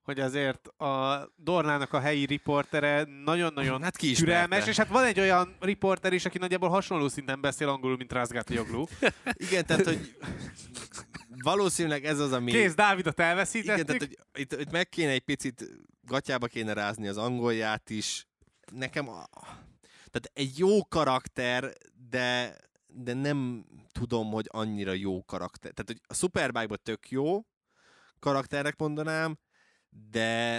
hogy azért a Dornának a helyi riportere nagyon-nagyon Hát türelmes, és hát van egy olyan riporter is, aki nagyjából hasonló szinten beszél angolul, mint Razgatlioglu. Igen, tehát, hogy valószínűleg ez az, ami... Kész, Dávidot elveszítettük. Igen, tehát, hogy itt meg kéne egy picit, gatyába kéne rázni az angolját is. Nekem tehát egy jó karakter, de nem tudom, hogy annyira jó karakter. Tehát, hogy a Superbike-ban tök jó karakternek mondanám, de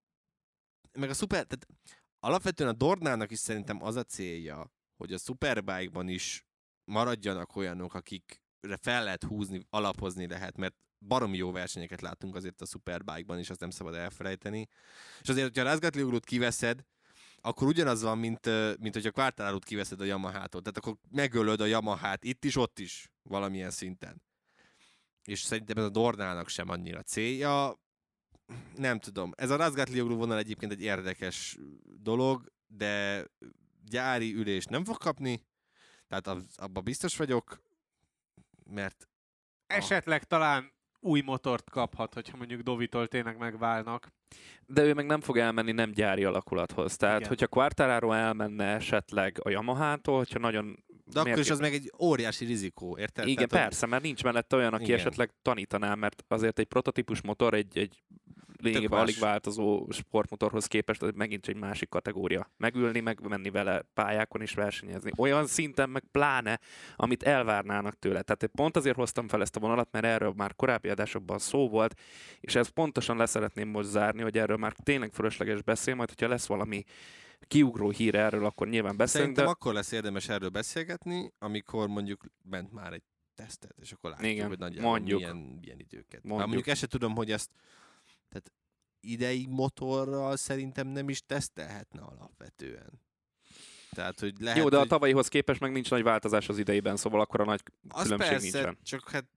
meg tehát alapvetően a Dornának is szerintem az a célja, hogy a Superbike-ban is maradjanak olyanok, akikre fel lehet húzni, alapozni lehet, mert baromi jó versenyeket látunk azért a Superbike-ban is, azt nem szabad elfelejteni. És azért, hogyha a Razgatlioglut kiveszed, akkor ugyanaz van, mint hogyha Quartararo-t kiveszed a Yamahától. Tehát akkor megölöd a Yamahát itt is, ott is valamilyen szinten. És szerintem ez a Dornának sem annyira célja. Nem tudom. Ez a Razgatlioglu vonal egyébként egy érdekes dolog, de gyári ülést nem fog kapni. Tehát abban biztos vagyok, mert... Esetleg talán új motort kaphat, hogyha mondjuk Dovitól tényleg megválnak. De ő meg nem fog elmenni nem gyári alakulathoz. Tehát, igen, hogyha Quartararo elmenne esetleg a Yamahától, hogyha nagyon... De akkor is az meg egy óriási rizikó, érted? Igen, tehát, persze, mert nincs mellette olyan, aki igen, esetleg tanítaná, mert azért egy prototípus motor egy lényegében alig változó sportmotorhoz képest, hogy megint egy másik kategória. Megülni, meg menni vele pályákon is versenyezni. Olyan szinten meg pláne, amit elvárnának tőle. Tehát pont azért hoztam fel ezt a vonalat, mert erről már korábbi adásokban szó volt, és ezt pontosan leszeretném most zárni, hogy erről már tényleg fölösleges beszél, majd hogyha lesz valami kiugró hír erről, akkor nyilván beszélünk. Szerintem akkor lesz érdemes erről beszélgetni, amikor mondjuk bent már egy tesztet, és akkor látjuk, igen, hogy nagyjából mondjuk. milyen időket. Mondjuk ezt se tudom, hogy ezt tehát idei motorral szerintem nem is tesztelhetne alapvetően. Tehát, hogy lehet, jó, de a hogy... tavalyihoz képest meg nincs nagy változás az idejében, szóval akkor a nagy különbség persze, nincsen. Csak hát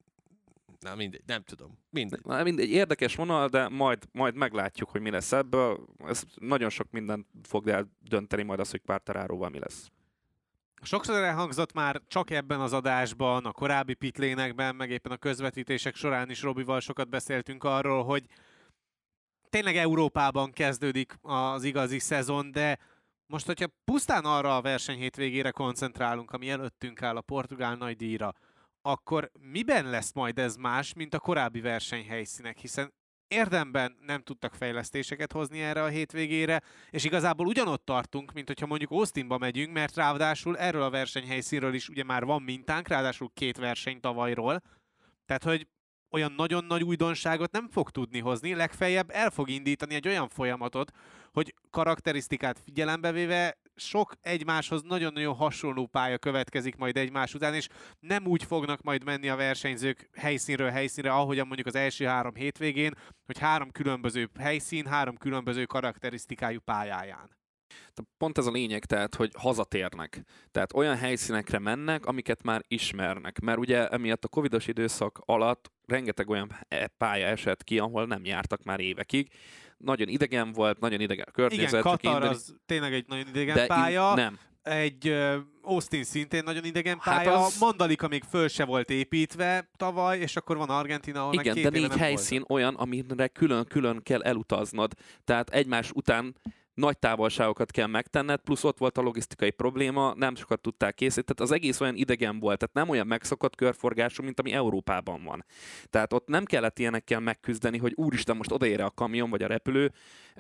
na mindegy, nem tudom. Mindegy. Na, mindegy, érdekes vonal, de majd meglátjuk, hogy mi lesz ebből. Ez nagyon sok mindent fog eldönteni majd az, hogy Quartararóval mi lesz. Sokszor elhangzott már csak ebben az adásban, a korábbi pitlénekben, meg éppen a közvetítések során is Robival sokat beszéltünk arról, hogy tényleg Európában kezdődik az igazi szezon, de most, hogyha pusztán arra a verseny hétvégére koncentrálunk, ami előttünk áll, a portugál nagydíjra, akkor miben lesz majd ez más, mint a korábbi versenyhelyszínek, hiszen érdemben nem tudtak fejlesztéseket hozni erre a hétvégére, és igazából ugyanott tartunk, mint hogyha mondjuk Austinba megyünk, mert ráadásul erről a versenyhelyszínről is ugye már van mintánk, ráadásul 2 verseny tavalyról, tehát hogy olyan nagyon nagy újdonságot nem fog tudni hozni, legfeljebb el fog indítani egy olyan folyamatot, hogy karakterisztikát figyelembe véve sok egymáshoz nagyon-nagyon hasonló pálya következik majd egymás után, és nem úgy fognak majd menni a versenyzők helyszínről helyszínre, ahogyan mondjuk az első 3 hétvégén, hogy 3 különböző helyszín, 3 különböző karakterisztikájú pályáján. Pont ez a lényeg, tehát, hogy hazatérnek. Tehát olyan helyszínekre mennek, amiket már ismernek. Mert ugye emiatt a covidos időszak alatt rengeteg olyan pálya esett ki, ahol nem jártak már évekig. Nagyon idegen volt, nagyon idegen a környezet. Igen, Katar az tényleg egy nagyon idegen pálya. Nem. Egy Austin szintén nagyon idegen pálya. Hát Mandalika még föl se volt építve tavaly, és akkor van Argentina, ahol igen, meg 2 de 4 helyszín volt. Olyan, amire külön-külön kell elutaznod. Tehát egymás után nagy távolságokat kell megtenned, plusz ott volt a logisztikai probléma, nem sokat tudták készíteni, tehát az egész olyan idegen volt, tehát nem olyan megszokott körforgású, mint ami Európában van. Tehát ott nem kellett ilyenekkel megküzdeni, hogy úristen, most odaér a kamion vagy a repülő,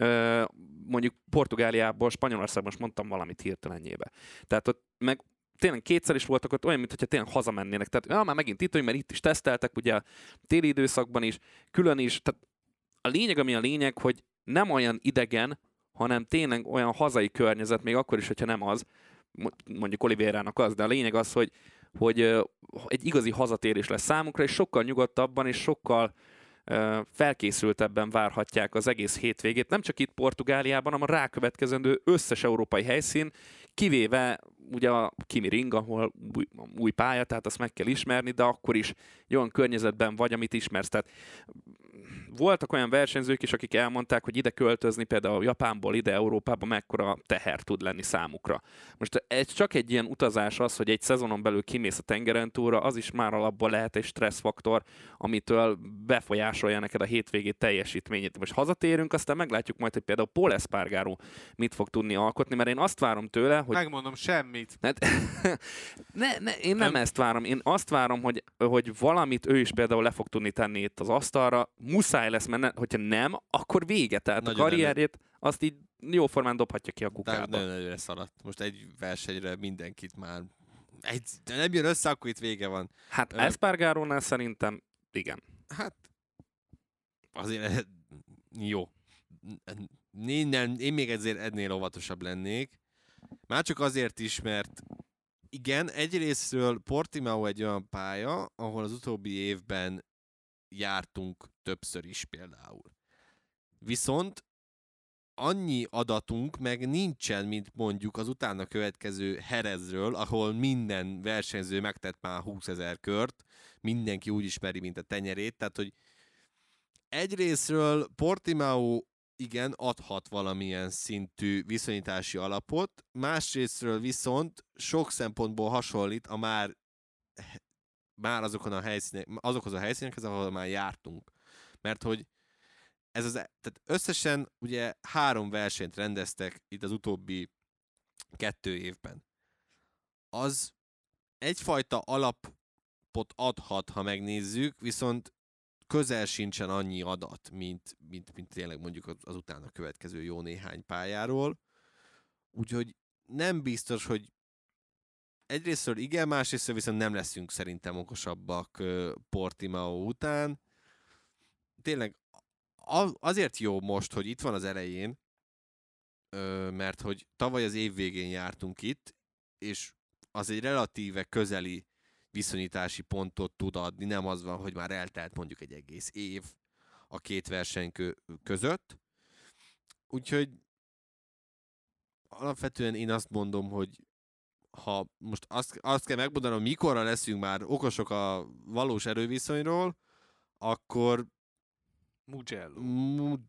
mondjuk Portugáliából, Spanyolországban, most mondtam valamit hirtelenjébe. Tehát ott meg tényleg 2-szer is voltak ott olyan, mintha tényleg hazamennének. Tehát már megint itt, mert itt is teszteltek, ugye a téli időszakban is, külön is. Tehát a lényeg, ami a lényeg, hogy nem olyan idegen, hanem tényleg olyan hazai környezet, még akkor is, hogyha nem az, mondjuk Olivérának az, de a lényeg az, hogy egy igazi hazatérés lesz számukra, és sokkal nyugodtabban és sokkal felkészültebben várhatják az egész hétvégét, nem csak itt Portugáliában, hanem a rákövetkezendő összes európai helyszín, kivéve ugye a Kimi Ring, ahol új pálya, tehát azt meg kell ismerni, de akkor is egy olyan környezetben vagy, amit ismersz. Tehát voltak olyan versenyzők is, akik elmondták, hogy ide költözni, például Japánból ide Európába mekkora teher tud lenni számukra. Most ez csak egy ilyen utazás az, hogy egy szezonon belül kimész a tengeren túlra, az is már alapból lehet egy stresszfaktor, amitől befolyásolja neked a hétvégét teljesítményét. Most hazatérünk, aztán meglátjuk majd, hogy például Pol Espargaró mit fog tudni alkotni, mert én azt várom tőle, hogy... Megmondom, semmit. Én nem ezt várom. Én azt várom, hogy valamit ő is például le fog tudni tenni itt az asztalra. Muszáj lesz, mert hogyha nem, akkor vége. Tehát nagyon a karrierjét azt így jóformán dobhatja ki a kukába. Nagyon előre szaladt. Most egy versenyre mindenkit már... De nem jön össze, akkor itt vége van. Hát Espargarónál szerintem igen. Hát azért jó. Én még ezért ennél óvatosabb lennék. Már csak azért is, mert igen, egyrésztről Portimao egy olyan pálya, ahol az utóbbi évben jártunk többször is például. Viszont annyi adatunk meg nincsen, mint mondjuk az utána következő Jerezről, ahol minden versenyző megtett már 20 000 kört, mindenki úgy ismeri, mint a tenyerét, tehát hogy egyrésztről Portimao igen, adhat valamilyen szintű viszonyítási alapot, másrésztről viszont sok szempontból hasonlít a már azokhoz a helyszínekhez, ahol már jártunk. Mert hogy tehát összesen ugye 3 versenyt rendeztek itt az utóbbi 2 évben. Az egyfajta alapot adhat, ha megnézzük, viszont közel sincsen annyi adat, mint tényleg mondjuk az utána következő jó néhány pályáról. Úgyhogy nem biztos, hogy egyrésztről igen, másrésztről viszont nem leszünk szerintem okosabbak Portimao után. Tényleg azért jó most, hogy itt van az elején, mert hogy tavaly az év végén jártunk itt, és az egy relatíve közeli viszonyítási pontot tud adni, nem az van, hogy már eltelt mondjuk egy egész év a 2 verseny között. Úgyhogy alapvetően én azt mondom, hogy ha most azt kell megmondanom, mikorra leszünk már okosok a valós erőviszonyról, akkor Mugello.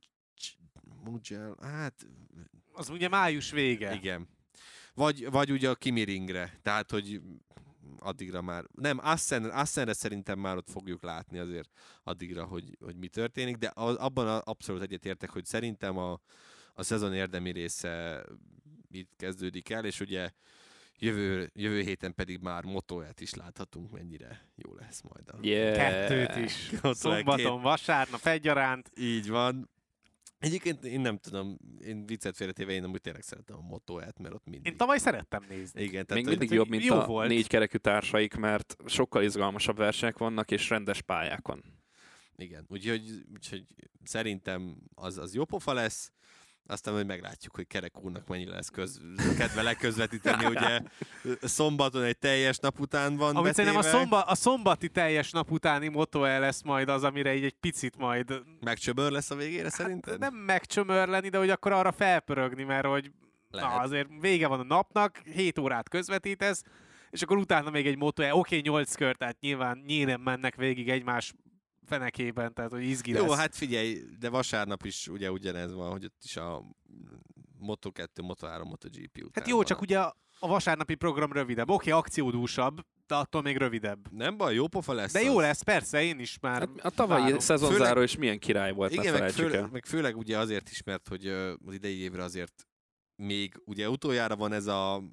Hát... Az ugye május vége. Igen. Vagy ugye a Kimiringre. Tehát, hogy addigra már... Nem, Assenre szerintem már ott fogjuk látni azért addigra, hogy mi történik, de abban abszolút egyetértek, hogy szerintem a szezon érdemi része itt kezdődik el, és ugye jövő héten pedig már Moto-et is láthatunk, mennyire jó lesz majd. 2 is. Szombaton, vasárnap egyaránt. Így van. Egyébként én nem tudom, én viccet félretéve, én amúgy tényleg szeretem a Moto-et, mert ott mindig... Én tavaly szerettem nézni. Igen, tehát még mindig jobb, mint jó a volt. 4 kerekű társaik, mert sokkal izgalmasabb versenyek vannak, és rendes pályákon. Igen, úgyhogy szerintem az jó pofa lesz, aztán majd meglátjuk, hogy Kerek úrnak mennyire lesz kedve leközvetíteni, ugye szombaton egy teljes nap után van amit betéve. Szerintem a szombati teljes nap utáni Moto-E lesz majd az, amire így egy picit majd... Megcsömör lesz a végére szerinted? Nem megcsömörleni, de hogy akkor arra felpörögni, mert hogy azért vége van a napnak, 7 órát közvetítesz, és akkor utána még egy Moto-E, oké, 8 kör, tehát nyilván nyílen mennek végig egymás fenekében, tehát hogy izgi lesz. Jó, hát figyelj, de vasárnap is ugye ugyanez van, hogy ott is a Moto2, Moto3, MotoGP után. Hát jó, van. csak ugye a vasárnapi program rövidebb. Oké, akciódúsabb, de attól még rövidebb. Nem baj, jó pofa lesz. De jó lesz, persze, én is már hát a tavalyi szezonzáró is milyen király volt, igen, ne felejtsük el. Meg főleg ugye azért is, mert hogy az idei évre azért még ugye utoljára van ez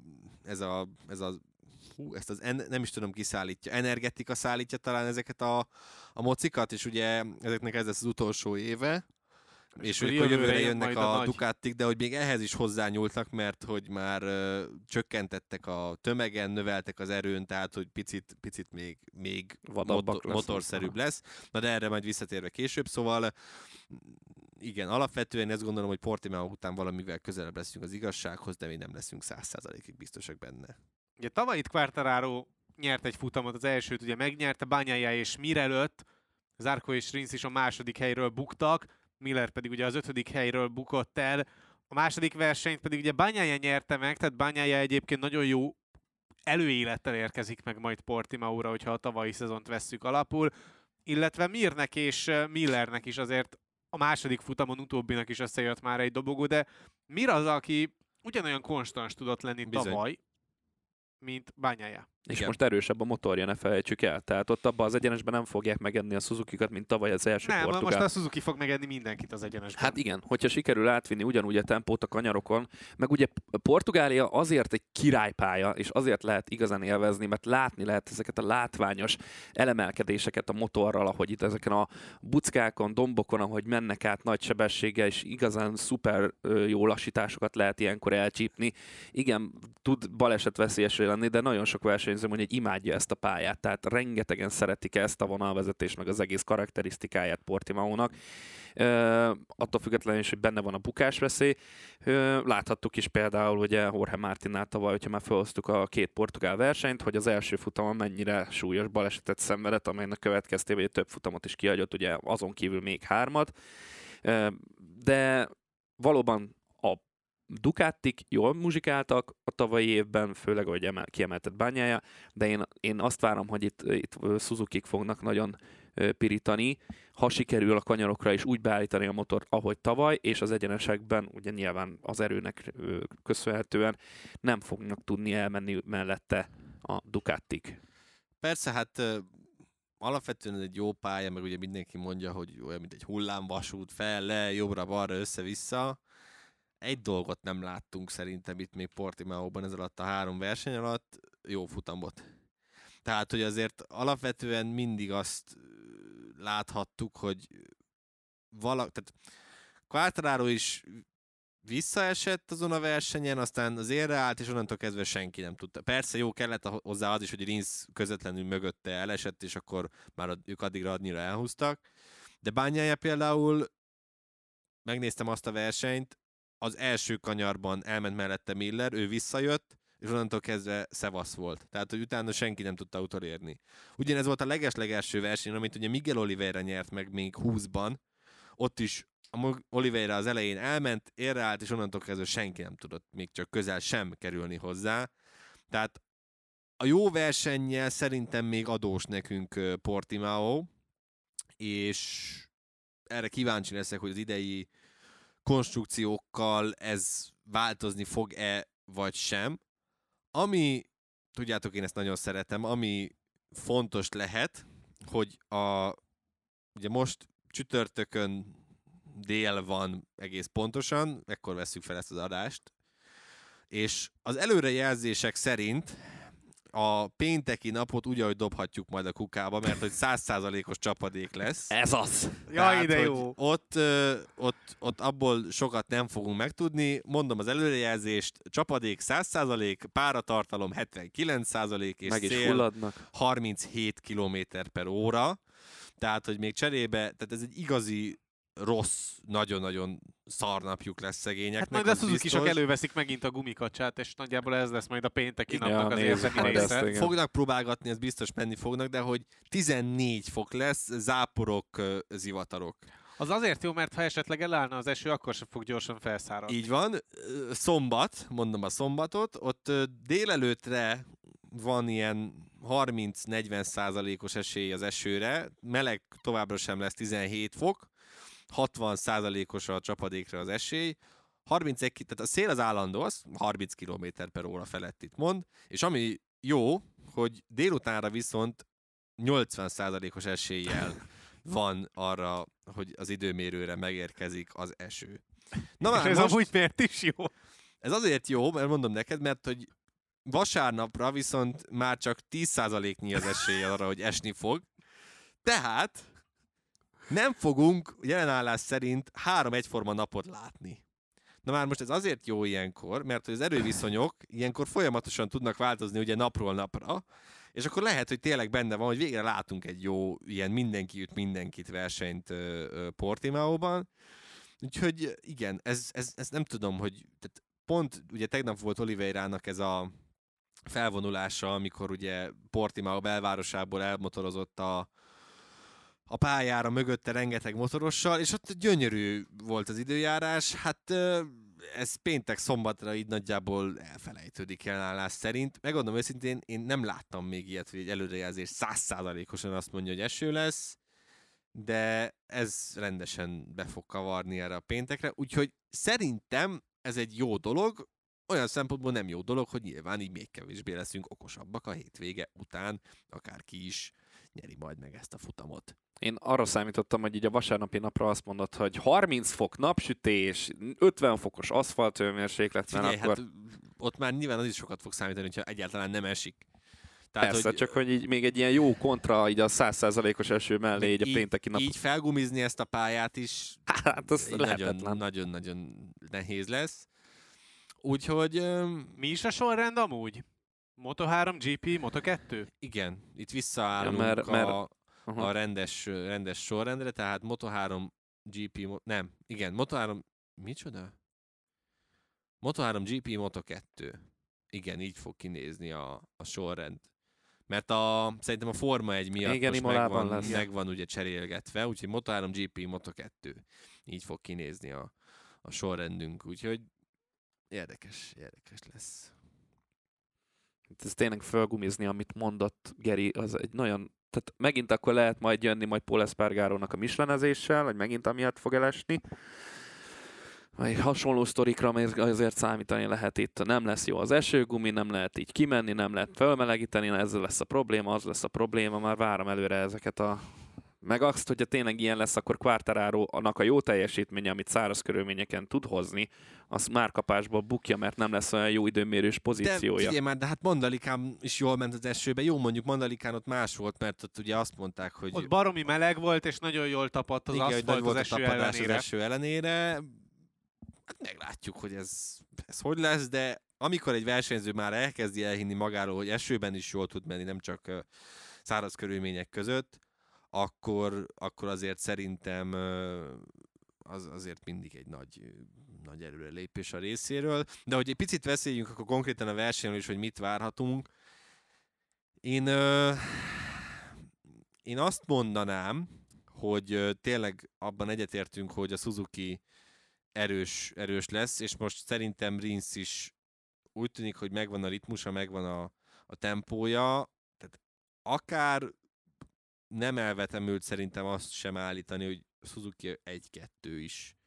az nem is tudom ki szállítja, Energetika szállítja talán ezeket a mocikat, és ugye ezeknek ez lesz az utolsó éve, és hogy jövőre jönnek a Ducatik, de hogy még ehhez is hozzányúltak, mert hogy már csökkentettek a tömegen, növeltek az erőn, tehát hogy picit még motorszerűbb lesz. Na de erre majd visszatérve később, szóval igen, alapvetően ezt gondolom, hogy Portimao után valamivel közelebb leszünk az igazsághoz, de mi nem leszünk 100%-ig biztosak benne. Ugye tavaly itt Quartararo nyert egy futamot, az elsőt ugye megnyerte, Bagnaia és Mir előtt, Zarco és Rins is a második helyről buktak, Miller pedig ugye az 5. helyről bukott el, a második versenyt pedig ugye Bagnaia nyerte meg, tehát Bagnaia egyébként nagyon jó előélettel érkezik meg majd Portimaóra, hogyha a tavalyi szezont vesszük alapul. illetve Mirnek és Millernek is azért a második futamon utóbbinak is összejött már egy dobogó, de Mir az, aki ugyanolyan konstans tudott lenni tavaly, mint Bagnaia. És Igen. most erősebb a motorja, ne felejtsük el. Tehát ott abban az egyenesben nem fogják megenni a Suzuki-kat, mint tavaly az első Nem, portugál. most a Suzuki fog megenni mindenkit az egyenesben. Hát igen, hogyha sikerül átvinni ugyanúgy a tempót a kanyarokon, meg ugye Portugália azért egy királypálya, és azért lehet igazán élvezni, mert látni lehet ezeket a látványos elemelkedéseket a motorral, ahogy itt ezeken a buckákon, dombokon, ahogy mennek át nagy sebességgel, és igazán szuper jó lassításokat lehet ilyenkor elcsípni. Igen, tud balesetveszélyes lenni, de nagyon sok versenyző mondja, hogy imádja ezt a pályát, tehát rengetegen szeretik ezt a vonalvezetést, meg az egész karakterisztikáját Portimaónak. Attól függetlenül is, hogy benne van a bukásveszély. Láthattuk is például, ugye Jorge Martinnál tavaly, hogyha már felhoztuk a két portugál versenyt, hogy az első futamon mennyire súlyos balesetet szenvedett, amelynek következtében több futamot is kihagyott, ugye azon kívül még 3. De valóban a Ducatik jól muzsikáltak a tavalyi évben, főleg, ahogy kiemeltett Bagnaia, de én azt várom, hogy itt Suzukik fognak nagyon pirítani, ha sikerül a kanyarokra is úgy beállítani a motort, ahogy tavaly, és az egyenesekben, ugye nyilván az erőnek köszönhetően nem fognak tudni elmenni mellette a Ducatik. Persze, hát alapvetően egy jó pálya, meg ugye mindenki mondja, hogy olyan, mint egy hullámvasút, fel, le, jobbra-balra, össze-vissza. Egy dolgot nem láttunk szerintem itt még Portimaóban ez alatt a 3 verseny alatt, jó futamot. Tehát, hogy azért alapvetően mindig azt láthattuk, hogy tehát Quartararo is visszaesett azon a versenyen, aztán az érre állt, és onnantól kezdve senki nem tudta. Persze jó kellett hozzá az is, hogy Rins közvetlenül mögötte elesett, és akkor már ők addigra annyira elhúztak. De Bagnaia például, megnéztem azt a versenyt, az első kanyarban elment mellette Miller, ő visszajött, és onnantól kezdve szevasz volt. Tehát, hogy utána senki nem tudta utolérni. Ugyanez volt a leges-legelső verseny, amit ugye Miguel Oliveira nyert meg még 20-ban. Ott is Oliveira az elején elment, érre állt, és onnantól kezdve senki nem tudott még csak közel sem kerülni hozzá. Tehát a jó versennyel szerintem még adós nekünk Portimao, és erre kíváncsi leszek, hogy az idei konstrukciókkal ez változni fog-e, vagy sem. Ami, tudjátok, én ezt nagyon szeretem, ami fontos lehet, hogy ugye most csütörtökön dél van egész pontosan, ekkor vesszük fel ezt az adást, és az előrejelzések szerint a pénteki napot úgy, ahogy dobhatjuk majd a kukába, mert hogy 100%-os csapadék lesz. Ez az! Jaj, ide jó! Ott abból sokat nem fogunk megtudni. Mondom az előrejelzést, csapadék 100%, páratartalom 79% és meg is szél hulladnak. 37 km/h. Tehát, hogy még cserébe, tehát ez egy igazi rossz, nagyon-nagyon szarnapjuk lesz szegényeknek. Hát majd a Suzuki-sok előveszik megint a gumikacsát, és nagyjából ez lesz majd a pénteki napnak az érzemi része. Fognak próbálgatni, ez biztos menni fognak, de hogy 14 fok lesz, záporok, zivatarok. Az azért jó, mert ha esetleg elállna az eső, akkor sem fog gyorsan felszáradni. Így van. Szombat, mondom a szombatot, ott délelőttre van ilyen 30-40%-os esély az esőre, meleg továbbra sem lesz 17 fok, 60%-os a csapadékra az esély, 31, tehát a szél az állandó, az 30 km/h felett itt mond, és ami jó, hogy délutánra viszont 80%-os eséllyel van arra, hogy az időmérőre megérkezik az eső. Na, és ez most, amúgy miért is jó? Ez azért jó, mert mondom neked, mert hogy vasárnapra viszont már csak 10%-nyi az esély arra, hogy esni fog. Tehát nem fogunk jelenállás szerint 3 egyforma napot látni. Na már most ez azért jó ilyenkor, mert hogy az erőviszonyok ilyenkor folyamatosan tudnak változni ugye napról napra, és akkor lehet, hogy tényleg benne van, hogy végre látunk egy jó ilyen mindenki üt mindenkit versenyt Portimaóban. Úgyhogy igen, ez nem tudom, hogy tehát pont ugye tegnap volt Oliveirának ez a felvonulása, amikor ugye Portimao belvárosából elmotorozott a pályára mögötte rengeteg motorossal, és ott gyönyörű volt az időjárás. Hát ez péntek-szombatra így nagyjából elfelejtődik ellenállás szerint. Megmondom őszintén, én nem láttam még ilyet, hogy egy előrejelzés 100%-osan azt mondja, hogy eső lesz. de ez rendesen be fog kavarni erre a péntekre, úgyhogy szerintem ez egy jó dolog, olyan szempontból nem jó dolog, hogy nyilván így még kevésbé leszünk okosabbak a hétvége után, akárki is nyeri majd meg ezt a futamot. Én arra számítottam, hogy így a vasárnapi napra azt mondod, hogy 30 fok napsütés, 50 fokos aszfalthőmérséklet, mert Figyelj, akkor... hát ott már nyilván az is sokat fog számítani, hogyha egyáltalán nem esik. Tehát, Persze, csak hogy így még egy ilyen jó kontra, így a 100%-os eső mellé, így a pénteki nap. Így felgumizni ezt a pályát is Hát az lehetetlen. nagyon nehéz lesz. Úgyhogy... Mi is a sorrend amúgy? Moto3, GP, Moto2? Igen, itt visszaállunk a rendes sorrendre, tehát Moto3, GP, Moto3, micsoda? Moto3, GP, Moto2. Igen, így fog kinézni a sorrend. Mert szerintem a Forma 1 miatt igen, most megvan ugye cserélgetve, úgyhogy Moto3, GP, Moto2. Így fog kinézni a sorrendünk, úgyhogy érdekes lesz. Ez tényleg fölgumizni, amit mondott Geri, az egy nagyon... Tehát megint akkor lehet majd jönni majd Pol Espargarónak a mislenezéssel, hogy megint amiatt fog elesni. Vagy hasonló sztorikra azért számítani lehet itt. Nem lesz jó az esőgumi, nem lehet így kimenni, nem lehet felmelegíteni, ezzel lesz a probléma, az lesz a probléma, már várom előre ezeket a... Meg azt, hogyha tényleg ilyen lesz, akkor Quartararo-nak a jó teljesítménye, amit száraz körülményeken tud hozni, az már kapásból bukja, mert nem lesz olyan jó időmérős pozíciója. De figyelj már, de hát Mandalikán is jól ment az esőbe. Jó, mondjuk Mandalikán ott más volt, mert ott ugye azt mondták, hogy... Ott baromi meleg volt, és nagyon jól tapadt az aszfalt az eső ellenére. Hát meglátjuk, hogy ez hogy lesz, de amikor egy versenyző már elkezdi elhinni magáról, hogy esőben is jól tud menni, nem csak száraz körülmények között, akkor azért szerintem az azért mindig egy nagy előrelépés a részéről. De hogy egy picit beszéljünk akkor konkrétan a versenyről is, hogy mit várhatunk. Én azt mondanám, hogy tényleg abban egyetértünk, hogy a Suzuki erős lesz, és most szerintem Rins is úgy tűnik, hogy megvan a ritmusa, megvan a tempója, tehát akár nem elvetemült szerintem azt sem állítani, hogy Suzuki 1-2 is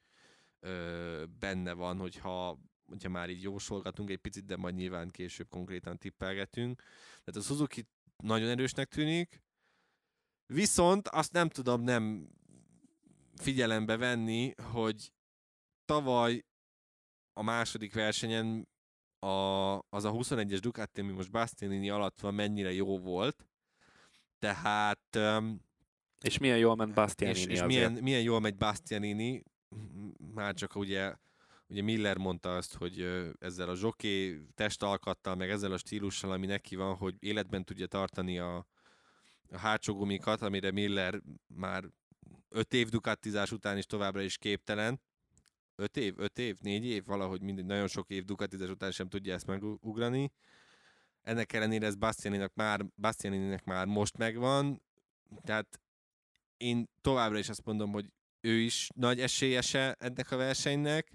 benne van, hogyha már így jósolgatunk egy picit, de majd nyilván később konkrétan tippelgetünk. Tehát a Suzuki nagyon erősnek tűnik, viszont azt nem tudom nem figyelembe venni, hogy tavaly a második versenyen az a 21-es Ducati, ami most Bastianini alatt van, mennyire jó volt. Tehát... És milyen jól ment Bastianini és milyen jól megy Bastianini, már csak ugye Miller mondta azt, hogy ezzel a zsoké testalkattal, meg ezzel a stílussal, ami neki van, hogy életben tudja tartani a hátsó gumikat, amire Miller már 5 év Ducatizás után is továbbra is képtelen. 5 év, 4 év, valahogy mindig nagyon sok év Ducatizás után sem tudja ezt megugrani. Ennek ellenére ez Bastianininek már most megvan, tehát én továbbra is azt mondom, hogy ő is nagy esélyese ennek a versenynek.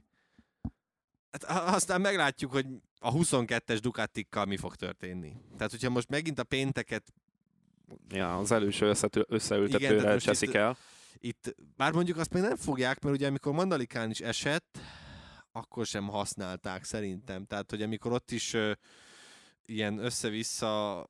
Hát aztán meglátjuk, hogy a 22-es Ducatikkal mi fog történni. Tehát, hogyha most megint a pénteket... Ja, az előső összeültetőre cseszik el. Itt, bár mondjuk azt még nem fogják, mert ugye amikor Mandalikán is esett, akkor sem használták szerintem. Tehát, hogy amikor ott is ilyen össze-vissza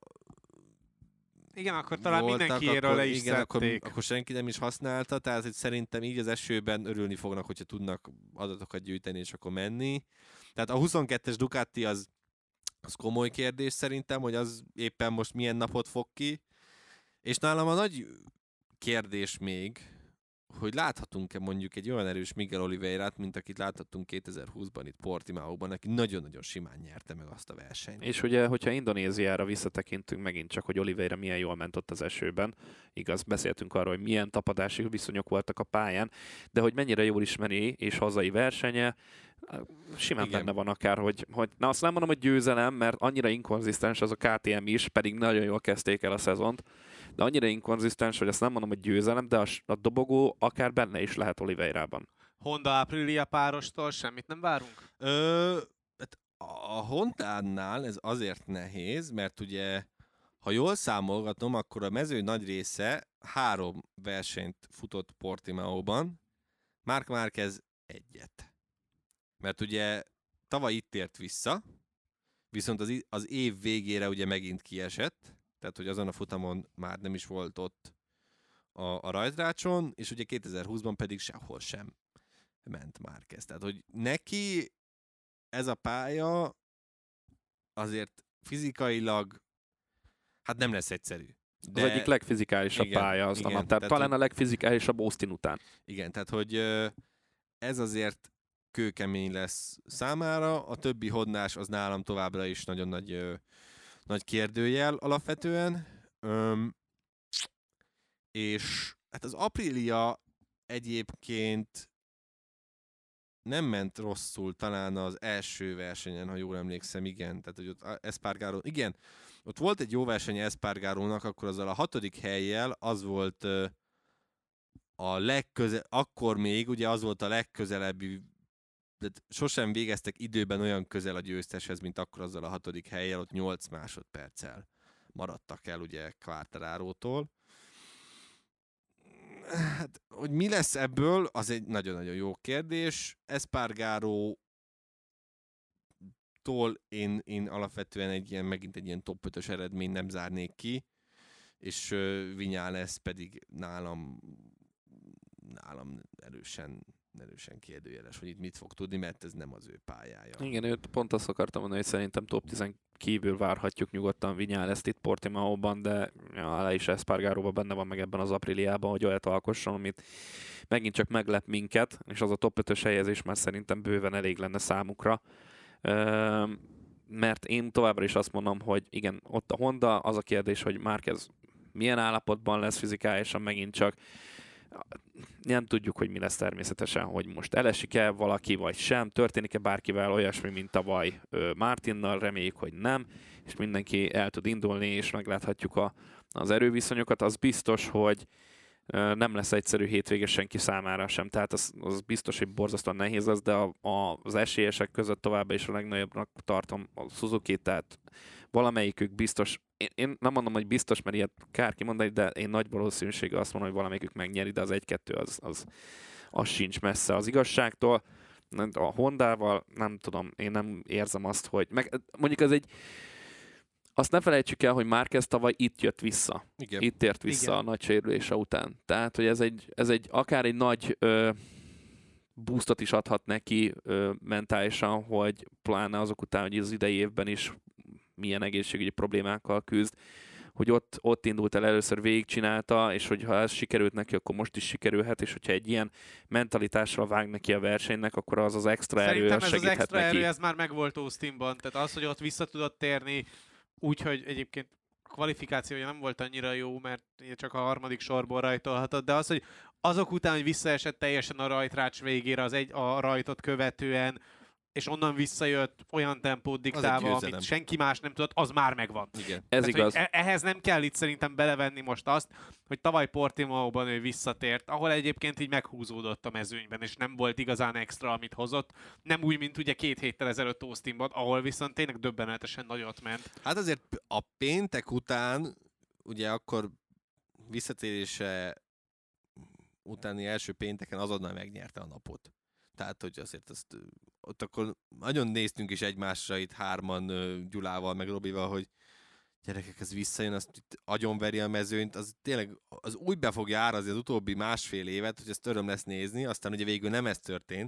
igen, akkor talán mindenkiéről le is szedték. Akkor senki nem is használta, tehát hogy szerintem így az esőben örülni fognak, hogyha tudnak adatokat gyűjteni és akkor menni. Tehát a 22-es Ducati az komoly kérdés szerintem, hogy az éppen most milyen napot fog ki. És nálam a nagy kérdés még, hogy láthatunk-e mondjuk egy olyan erős Miguel Oliveirát, mint akit láthattunk 2020-ban itt Portimaóban, aki nagyon-nagyon simán nyerte meg azt a versenyt. És ugye, hogyha Indonéziára visszatekintünk megint csak, hogy Oliveira milyen jól ment ott az esőben, igaz, beszéltünk arról, hogy milyen tapadási viszonyok voltak a pályán, de hogy mennyire jól ismeri és hazai versenye, simán benne van akár, hogy na azt nem mondom, hogy győzelem, mert annyira inkonzisztens az a KTM is, pedig nagyon jól kezdték el a szezont, de annyira inkonzisztens, hogy azt nem mondom, hogy győzelem, de a dobogó akár benne is lehet Oliveirában. Honda Aprilia párostól semmit nem várunk? A Hondánál ez azért nehéz, mert ugye Ha jól számolgatom, akkor a mezőny nagy része 3 versenyt futott Portimaóban, Marc Márquez 1. Mert ugye tavaly itt ért vissza, viszont az év végére ugye megint kiesett, tehát hogy azon a futamon már nem is volt ott a rajtrácson, és ugye 2020-ban pedig sehol sem ment Márquez. Tehát, hogy neki ez a pálya azért fizikailag hát nem lesz egyszerű. De az egyik legfizikálisabb pálya az a nap. Tehát talán a legfizikálisabb Austin után. Igen, tehát hogy ez azért kőkemény lesz számára, a többi hodnás az nálam továbbra is nagyon nagy kérdőjel alapvetően. És hát az Aprilia egyébként nem ment rosszul talán az első versenyen, ha jól emlékszem, igen. Tehát, hogy ott Espargaró, igen, ott volt egy jó verseny Espargarónak, akkor azzal a 6. hellyel az volt akkor még ugye az volt a legközelebbi, de sosem végeztek időben olyan közel a győzteshez, mint akkor azzal a 6. hellyel, ott 8 másodperccel maradtak el ugye Quartararótól. Hát, hogy mi lesz ebből, az egy nagyon-nagyon jó kérdés. Espargarótól én alapvetően megint egy ilyen top 5-ös eredmény nem zárnék ki, és Viñales pedig nálam erősen kérdőjeles, hogy itt mit fog tudni, mert ez nem az ő pályája. Igen, őt pont azt akartam mondani, hogy szerintem top 10 kívül várhatjuk nyugodtan Viñalest itt Portimaóban, de alá is Espargaróban benne van meg ebben az Apriliában, hogy olyat alkosson, amit megint csak meglep minket, és az a top 5-ös helyezés már szerintem bőven elég lenne számukra. Mert én továbbra is azt mondom, hogy igen, ott a Honda, az a kérdés, hogy Márquez milyen állapotban lesz fizikálisan megint csak. Nem tudjuk, hogy mi lesz természetesen, hogy most elesik-e valaki, vagy sem, történik-e bárkivel olyasmi, mint tavaly Martinnal, reméljük, hogy nem, és mindenki el tud indulni, és megláthatjuk az erőviszonyokat. Az biztos, hogy nem lesz egyszerű hétvége senki számára sem, tehát az biztos, hogy borzasztóan nehéz lesz, de az esélyesek között továbbá is a legnagyobbnak tartom a Suzuki, tehát valamelyikük biztos, én nem mondom, hogy biztos, mert ilyet kár kimondani, de én nagy valószínűséggel azt mondom, hogy valamelyikük megnyeri, de az 1-2 az sincs messze az igazságtól. A Hondával nem tudom, én nem érzem azt, hogy mondjuk ez egy azt ne felejtsük el, hogy Márquez tavaly itt jött vissza. Igen. Itt ért vissza a nagy sérülése után. Tehát, hogy ez egy akár egy nagy boostot is adhat neki mentálisan, hogy pláne azok után, hogy az idei évben is milyen egészségügyi problémákkal küzd, hogy ott indult el először, végigcsinálta, és hogyha ez sikerült neki, akkor most is sikerülhet, és hogyha egy ilyen mentalitással vág neki a versenynek, akkor az extra erő segíthet neki. Szerintem ez az extra erő, ez már megvolt Austinban, tehát az, hogy ott vissza tudott térni, úgyhogy egyébként a kvalifikációja nem volt annyira jó, mert csak a 3. sorból rajtolhatott, de az, hogy azok után, hogy visszaesett teljesen a rajtrács végére a rajtot követően, és onnan visszajött olyan tempót diktálva, amit senki más nem tudott, az már megvan. Igen. Ez tehát, igaz. Ehhez nem kell itt szerintem belevenni most azt, hogy tavaly Portimaóban ő visszatért, ahol egyébként így meghúzódott a mezőnyben, és nem volt igazán extra, amit hozott. Nem úgy, mint ugye 2 héttel ezelőtt Austinban, ahol viszont tényleg döbbenetesen nagyot ment. Hát azért a péntek után, ugye akkor visszatérése utáni első pénteken azonnal megnyerte a napot. Tehát, hogy azért ott akkor nagyon néztünk is egymásra itt 3-an Gyulával, meg Robival, hogy gyerekek, ez visszajön, azt itt agyonveri a mezőnyt, az tényleg az úgy be fogja árazni az utóbbi 1,5 évet, hogy ezt öröm lesz nézni, aztán ugye végül nem ez történt,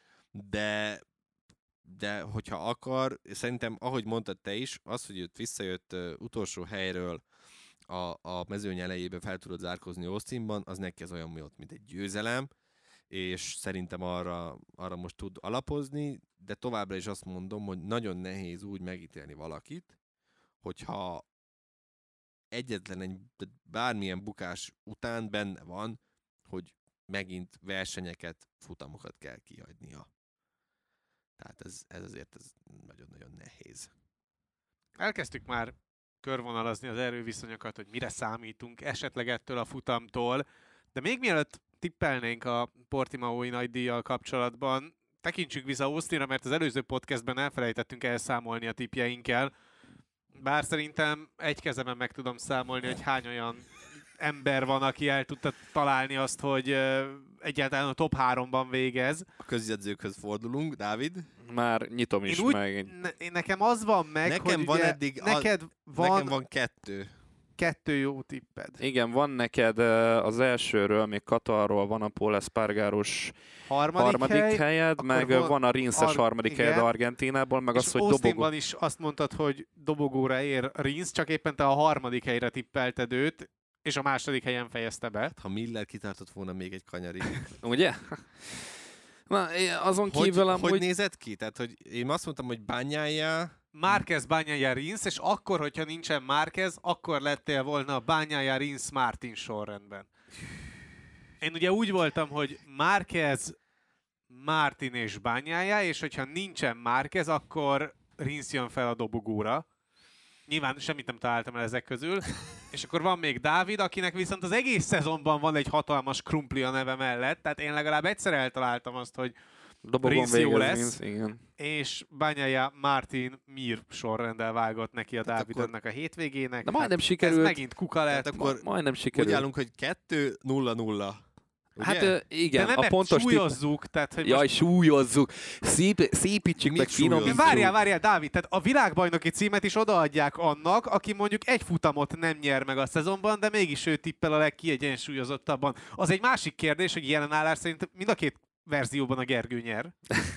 de hogyha akar, szerintem, ahogy mondtad te is, az, hogy őt visszajött utolsó helyről a mezőny elejébe fel tudod zárkózni Austinban, az neki az olyan, mint egy győzelem, és szerintem arra most tud alapozni, de továbbra is azt mondom, hogy nagyon nehéz úgy megítélni valakit, hogyha bármilyen bukás után benne van, hogy megint versenyeket, futamokat kell kihagynia. Tehát ez azért nagyon-nagyon nehéz. Elkezdtük már körvonalazni az erőviszonyokat, hogy mire számítunk esetleg ettől a futamtól, de még mielőtt tippelnénk a portimaói nagydíjjal kapcsolatban, tekintsük vissza Austinra, mert az előző podcastben elfelejtettünk elszámolni a tippjeinkkel. Bár szerintem egy kezemen meg tudom számolni, hogy hány olyan ember van, aki el tudta találni azt, hogy egyáltalán a top 3-ban végez. A közjegyzőkhöz fordulunk, Dávid. Már nyitom is meg. Nekem az van meg, Nekem hogy van ugye eddig nekem van 2. 2 jó tipped. Igen, van neked az elsőről, még Katarról van a Pol Espargaros harmadik helyed, meg van a Rinszes harmadik helyed Argentínából, meg és az, hogy Austinban is azt mondtad, hogy dobogóra ér Rinsz, csak éppen te a harmadik helyre tippelted őt, és a második helyen fejezte be. Ha Miller kitartott volna még egy kanyarig. Ugye? Na, azon kívül hogy nézett ki? Tehát, hogy én azt mondtam, hogy Bagnaia... Márquez, Bagnaia, Rinsz, és akkor, hogyha nincsen Márquez, akkor lettél volna a Bagnaia, Rinsz, Martin sorrendben. Én ugye úgy voltam, hogy Márquez, Martin és Bagnaia, és hogyha nincsen Márquez, akkor Rinsz jön fel a dobogóra. Nyilván semmit nem találtam el ezek közül. És akkor van még Dávid, akinek viszont az egész szezonban van egy hatalmas krumpli a neve mellett, tehát én legalább egyszer eltaláltam azt, hogy Rinsz jó lesz, igen. és Bagnaia, Martin, Mir sorrenddel vágott neki a Dávid ennek a hétvégének. De majdnem sikerült. Ez megint kuka lett. Tehát akkor majdnem sikerült. úgy állunk, hogy 2-0-0. Hát igen, de nem a pontos súlyozzuk, tehát hogy jaj, súlyozzuk. Szépítsük meg, finomítsuk. Várjál, Dávid, tehát a világbajnoki címet is odaadják annak, aki mondjuk egy futamot nem nyer meg a szezonban, de mégis ő tippel a legkiegyensúlyozottabban. Az egy másik kérdés, hogy jelen állás szerint mind a két verzióban a Gergő nyer.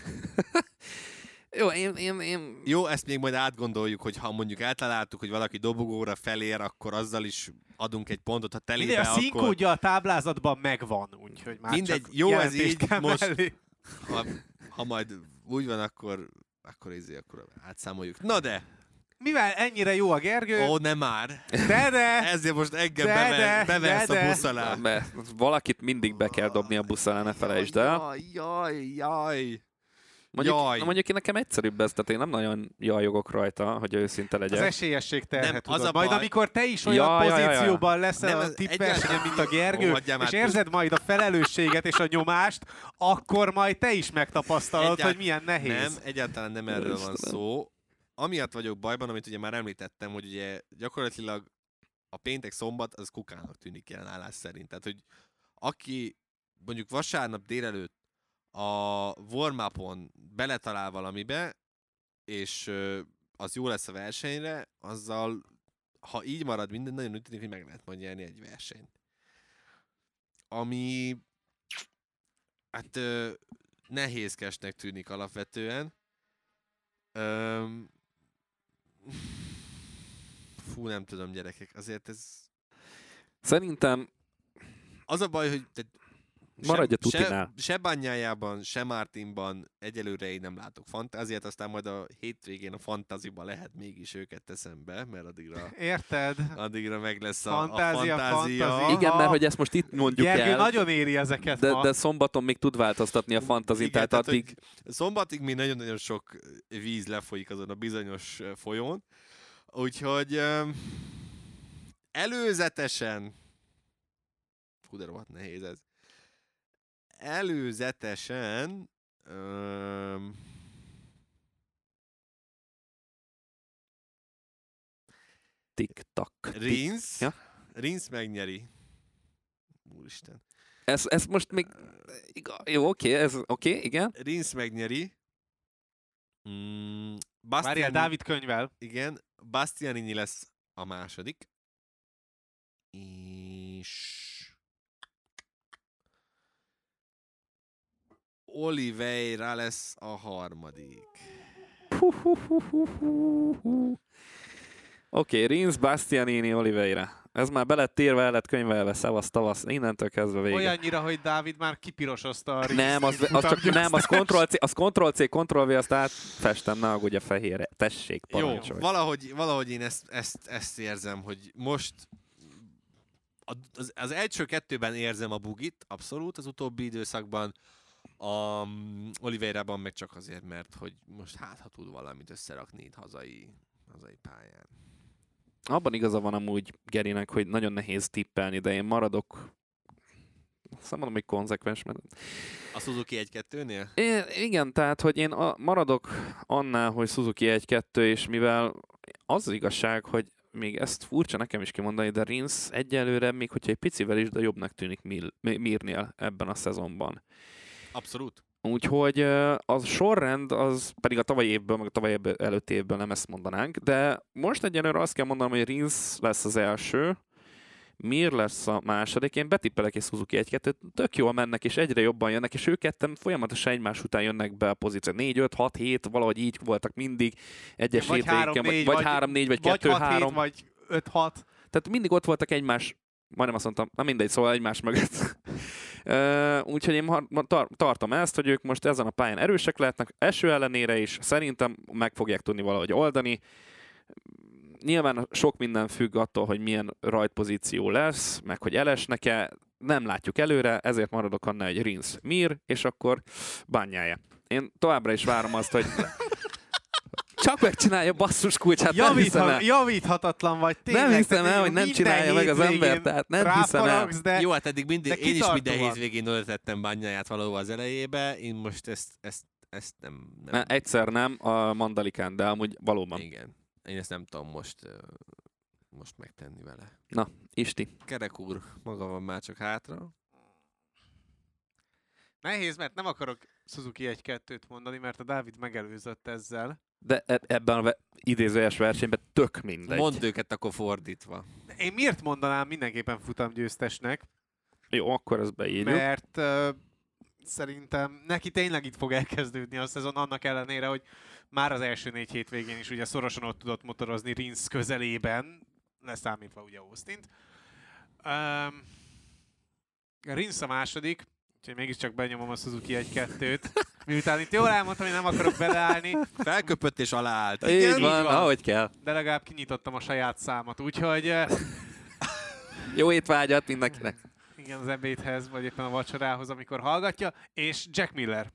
Jó, én... Jó, ezt még majd átgondoljuk, hogy ha mondjuk eltaláltuk, hogy valaki dobogóra felér, akkor azzal is adunk egy pontot, ha telébe, akkor... A színkódja akkor... a táblázatban megvan, úgyhogy már mindegy, csak jó ez így, most ha majd úgy van, akkor átszámoljuk. Na de! Mivel ennyire jó a Gergő... Ó, nem már! De! Ezért most engem beversz a busz alá. Valakit mindig be kell dobni a busz alá, ne felejtsd el. Jaj! Mondjuk én nekem egyszerűbb ez, tehát én nem nagyon jajogok rajta, hogy őszinte legyek. Az esélyesség terhet, az a majd baj. amikor te is olyan pozícióban leszel a tippversenyen, mint a Gergő, és érzed majd a felelősséget és a nyomást, akkor majd te is megtapasztalod, hogy milyen nehéz. Nem, egyáltalán nem erről van szó. Amiatt vagyok bajban, amit ugye már említettem, hogy ugye gyakorlatilag a péntek-szombat az kukának tűnik jelen állás szerint. Tehát, hogy aki mondjuk vasárnap délelőtt a warm-upon beletalál valamibe, és az jó lesz a versenyre, azzal, ha így marad minden, nagyon úgy tűnik, hogy meg lehet majd nyerni egy versenyt. Ami hát nehézkesnek tűnik alapvetően. Fú, nem tudom, gyerekek, azért ez... Szerintem... Az a baj, hogy... Maradj a tutinál. Se Bagnaia-ban, se Martinban egyelőre én nem látok fantáziát, aztán majd a hétvégén a fantáziban lehet mégis őket teszem be, mert addigra... Érted? Addigra meg lesz a fantázia. Igen, mert hogy ezt most itt mondjuk Gergő nagyon éri ezeket de szombaton még tud változtatni a fantazit, tehát addig... Szombatig még nagyon-nagyon sok víz lefolyik azon a bizonyos folyón, úgyhogy előzetesen... Hú, de rohadt nehéz ez. Előzetesen Tik-tak. Rinsz megnyeri. Úristen. Ez most még... Jó, oké, igen. Rinsz megnyeri. Várjál, Dávid könyvel. Igen, Bastianini lesz a második. És... Oliveira lesz a harmadik. Oké, Rinsz, Bastianini, Oliveira. Ez már belett írva, el lett könyvelve, szevasz, tavasz, innentől kezdve vége. Olyannyira, hogy Dávid már kipirosozta a Rinsz. Nem, az Ctrl-C, Ctrl-V, azt átfestem, ne aggódj a fehérre. Tessék, parancsolj. Jó, valahogy én ezt érzem, hogy most az első kettőben érzem a bugit, abszolút, az utóbbi időszakban. A Oliveirában meg csak azért, mert hogy most ha tud valamit összerakni itt hazai pályán. Abban igaza van amúgy Gerinek, hogy nagyon nehéz tippelni, de én maradok... Azt mondom, hogy konzekvens, mert... A Suzuki 1-2-nél? Igen, tehát, hogy én maradok annál, hogy Suzuki 1-2, és mivel az igazság, hogy még ezt furcsa nekem is kimondani, de Rins egyelőre, még hogyha egy picivel is, de jobbnak tűnik Mirnél ebben a szezonban. Abszolút. Úgyhogy a sorrend, az pedig a tavalyi évből, meg a tavalyi előtti évből nem ezt mondanánk, de most egyelőre azt kell mondanom, hogy Rins lesz az első, Mir lesz a második, én betippelek egy Suzuki 1-2, tök jól mennek, és egyre jobban jönnek, és ők ketten folyamatosan egymás után jönnek be a pozíció. 4-5-6-7, valahogy így voltak mindig egyes hétvégeken, vagy 3-4, vagy 2-3. Vagy 5-6. Tehát mindig ott voltak egymás, majdnem azt mondtam, na mindegy, szóval egymás mögött. Úgyhogy én tartom ezt, hogy ők most ezen a pályán erősek lehetnek, eső ellenére is, szerintem meg fogják tudni valahogy oldani. Nyilván sok minden függ attól, hogy milyen rajtpozíció lesz, meg hogy elesnek-e, nem látjuk előre, ezért maradok annál, hogy Rins Mir, és akkor bányája. Én továbbra is várom azt, hogy csak megcsinálja basszus kulcsát, nem hiszem el. Javíthatatlan vagy tényleg. Nem hiszem el, hogy nem csinálja meg az ember, tehát nem hiszem el. De, jó, hát eddig mindig, én is minden van. hétvégén öltettem bányáját valahol az elejébe, én most ezt nem. Egyszer nem, a Mandalikán, de amúgy valóban. Igen. Én ezt nem tudom most megtenni vele. Na, Isti. Kerek úr, maga van már csak hátra. Nehéz, mert nem akarok Suzuki 1-2-t mondani, mert a Dávid megelőzött ezzel. De ebben a idézőjes versenyben tök mindegy. Mondd őket akkor fordítva. Én miért mondanám mindenképpen futamgyőztesnek? Jó, akkor ezt beírjuk. Mert szerintem neki tényleg itt fog elkezdődni a szezon, annak ellenére, hogy már az első 4 hétvégén is ugye szorosan ott tudott motorozni Rins közelében, leszámítva ugye Austint. Rins a második, úgyhogy mégiscsak benyomom a Suzuki 1-2-t. Miután itt jól elmondtam, hogy nem akarok beleállni. Felköpött és aláállt. Így van, ahogy kell. De legalább kinyitottam a saját számat, úgyhogy... Jó étvágyat mindenkinek. Igen, az ebédhez, vagy éppen a vacsorához, amikor hallgatja. És Jack Miller.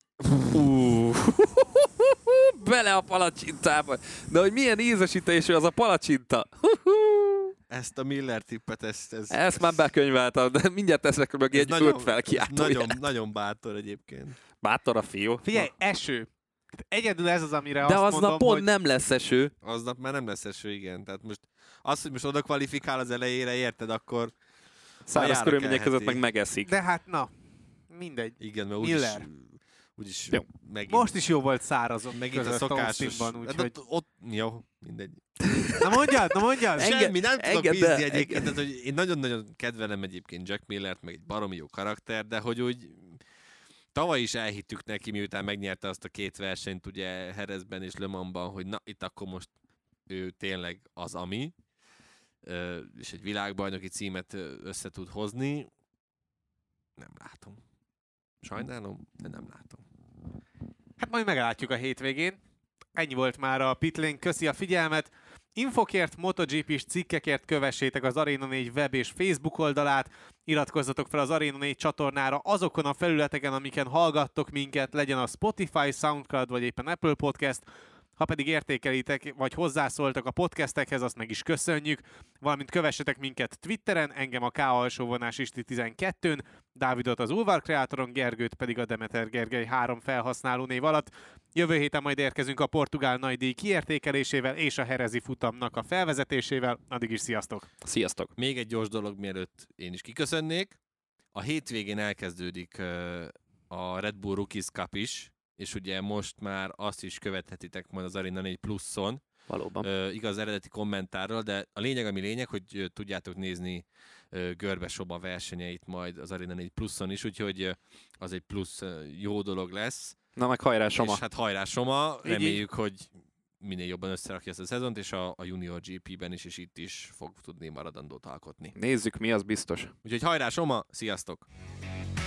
Bele a palacsintába. De hogy milyen ízesítésű az a palacsinta. Ezt a Miller tippet, ezt már bekönyveltem, de mindjárt teszek mögé egy 5 felkiáltóját. Nagyon bátor egyébként. Bátor a fiú. Figyelj, eső. Egyedül ez az, amire de azt mondom, pont hogy... nem lesz eső. Aznap már nem lesz eső, igen. Tehát most az, hogy most oda kvalifikál az elejére, érted, akkor száraz körülmények között meg megeszik. De hát na, mindegy. Igen, mert Miller. úgyis megint. Most is jó volt szárazok megint a szokásos. Úgyhogy... Ott, jó, mindegy. Na mondjad! Semmi, nem tudok bízni egyébként. Tehát, hogy én nagyon-nagyon kedvelem egyébként Jack Millert, meg egy baromi jó karakter, de hogy úgy tavaly is elhittük neki, miután megnyerte azt a 2 versenyt ugye Jerezben és Le Mansban, hogy na, itt akkor most ő tényleg az ami, és egy világbajnoki címet össze tud hozni. Nem látom. Sajnálom, de nem látom. Hát majd meglátjuk a hétvégén. Ennyi volt már a Pitlane, köszi a figyelmet. Infokért, MotoGP-s cikkekért kövessétek az Arena 4 web és Facebook oldalát, iratkozzatok fel az Arena 4 csatornára azokon a felületeken, amiken hallgattok minket, legyen a Spotify, SoundCloud vagy éppen Apple Podcast. Ha pedig értékelitek, vagy hozzászóltak a podcastekhez, azt meg is köszönjük. Valamint kövessetek minket Twitteren, engem a K_Isti12-n, Dávidot az Ulvar Kreatoron, Gergőt pedig a Demeter Gergely 3 felhasználó név alatt. Jövő héten majd érkezünk a portugál nagydíj kiértékelésével és a herezi futamnak a felvezetésével. Addig is sziasztok! Sziasztok! Még egy gyors dolog, mielőtt én is kiköszönnék. A hétvégén elkezdődik a Red Bull Rookies Cup is, és ugye most már azt is követhetitek majd az Arena 4 Pluszon. Valóban. Igaz, eredeti kommentárral, de a lényeg, ami lényeg, hogy tudjátok nézni Görbe Soba versenyeit majd az Arena 4 Pluszon is, úgyhogy az egy plusz jó dolog lesz. Na meg hajrá Soma! És hát hajrá Soma, reméljük, hogy minél jobban összerakja ezt a szezont, és a Junior GP-ben is, és itt is fog tudni maradandót alkotni. Nézzük, mi az biztos. Úgyhogy hajrá Soma, sziasztok!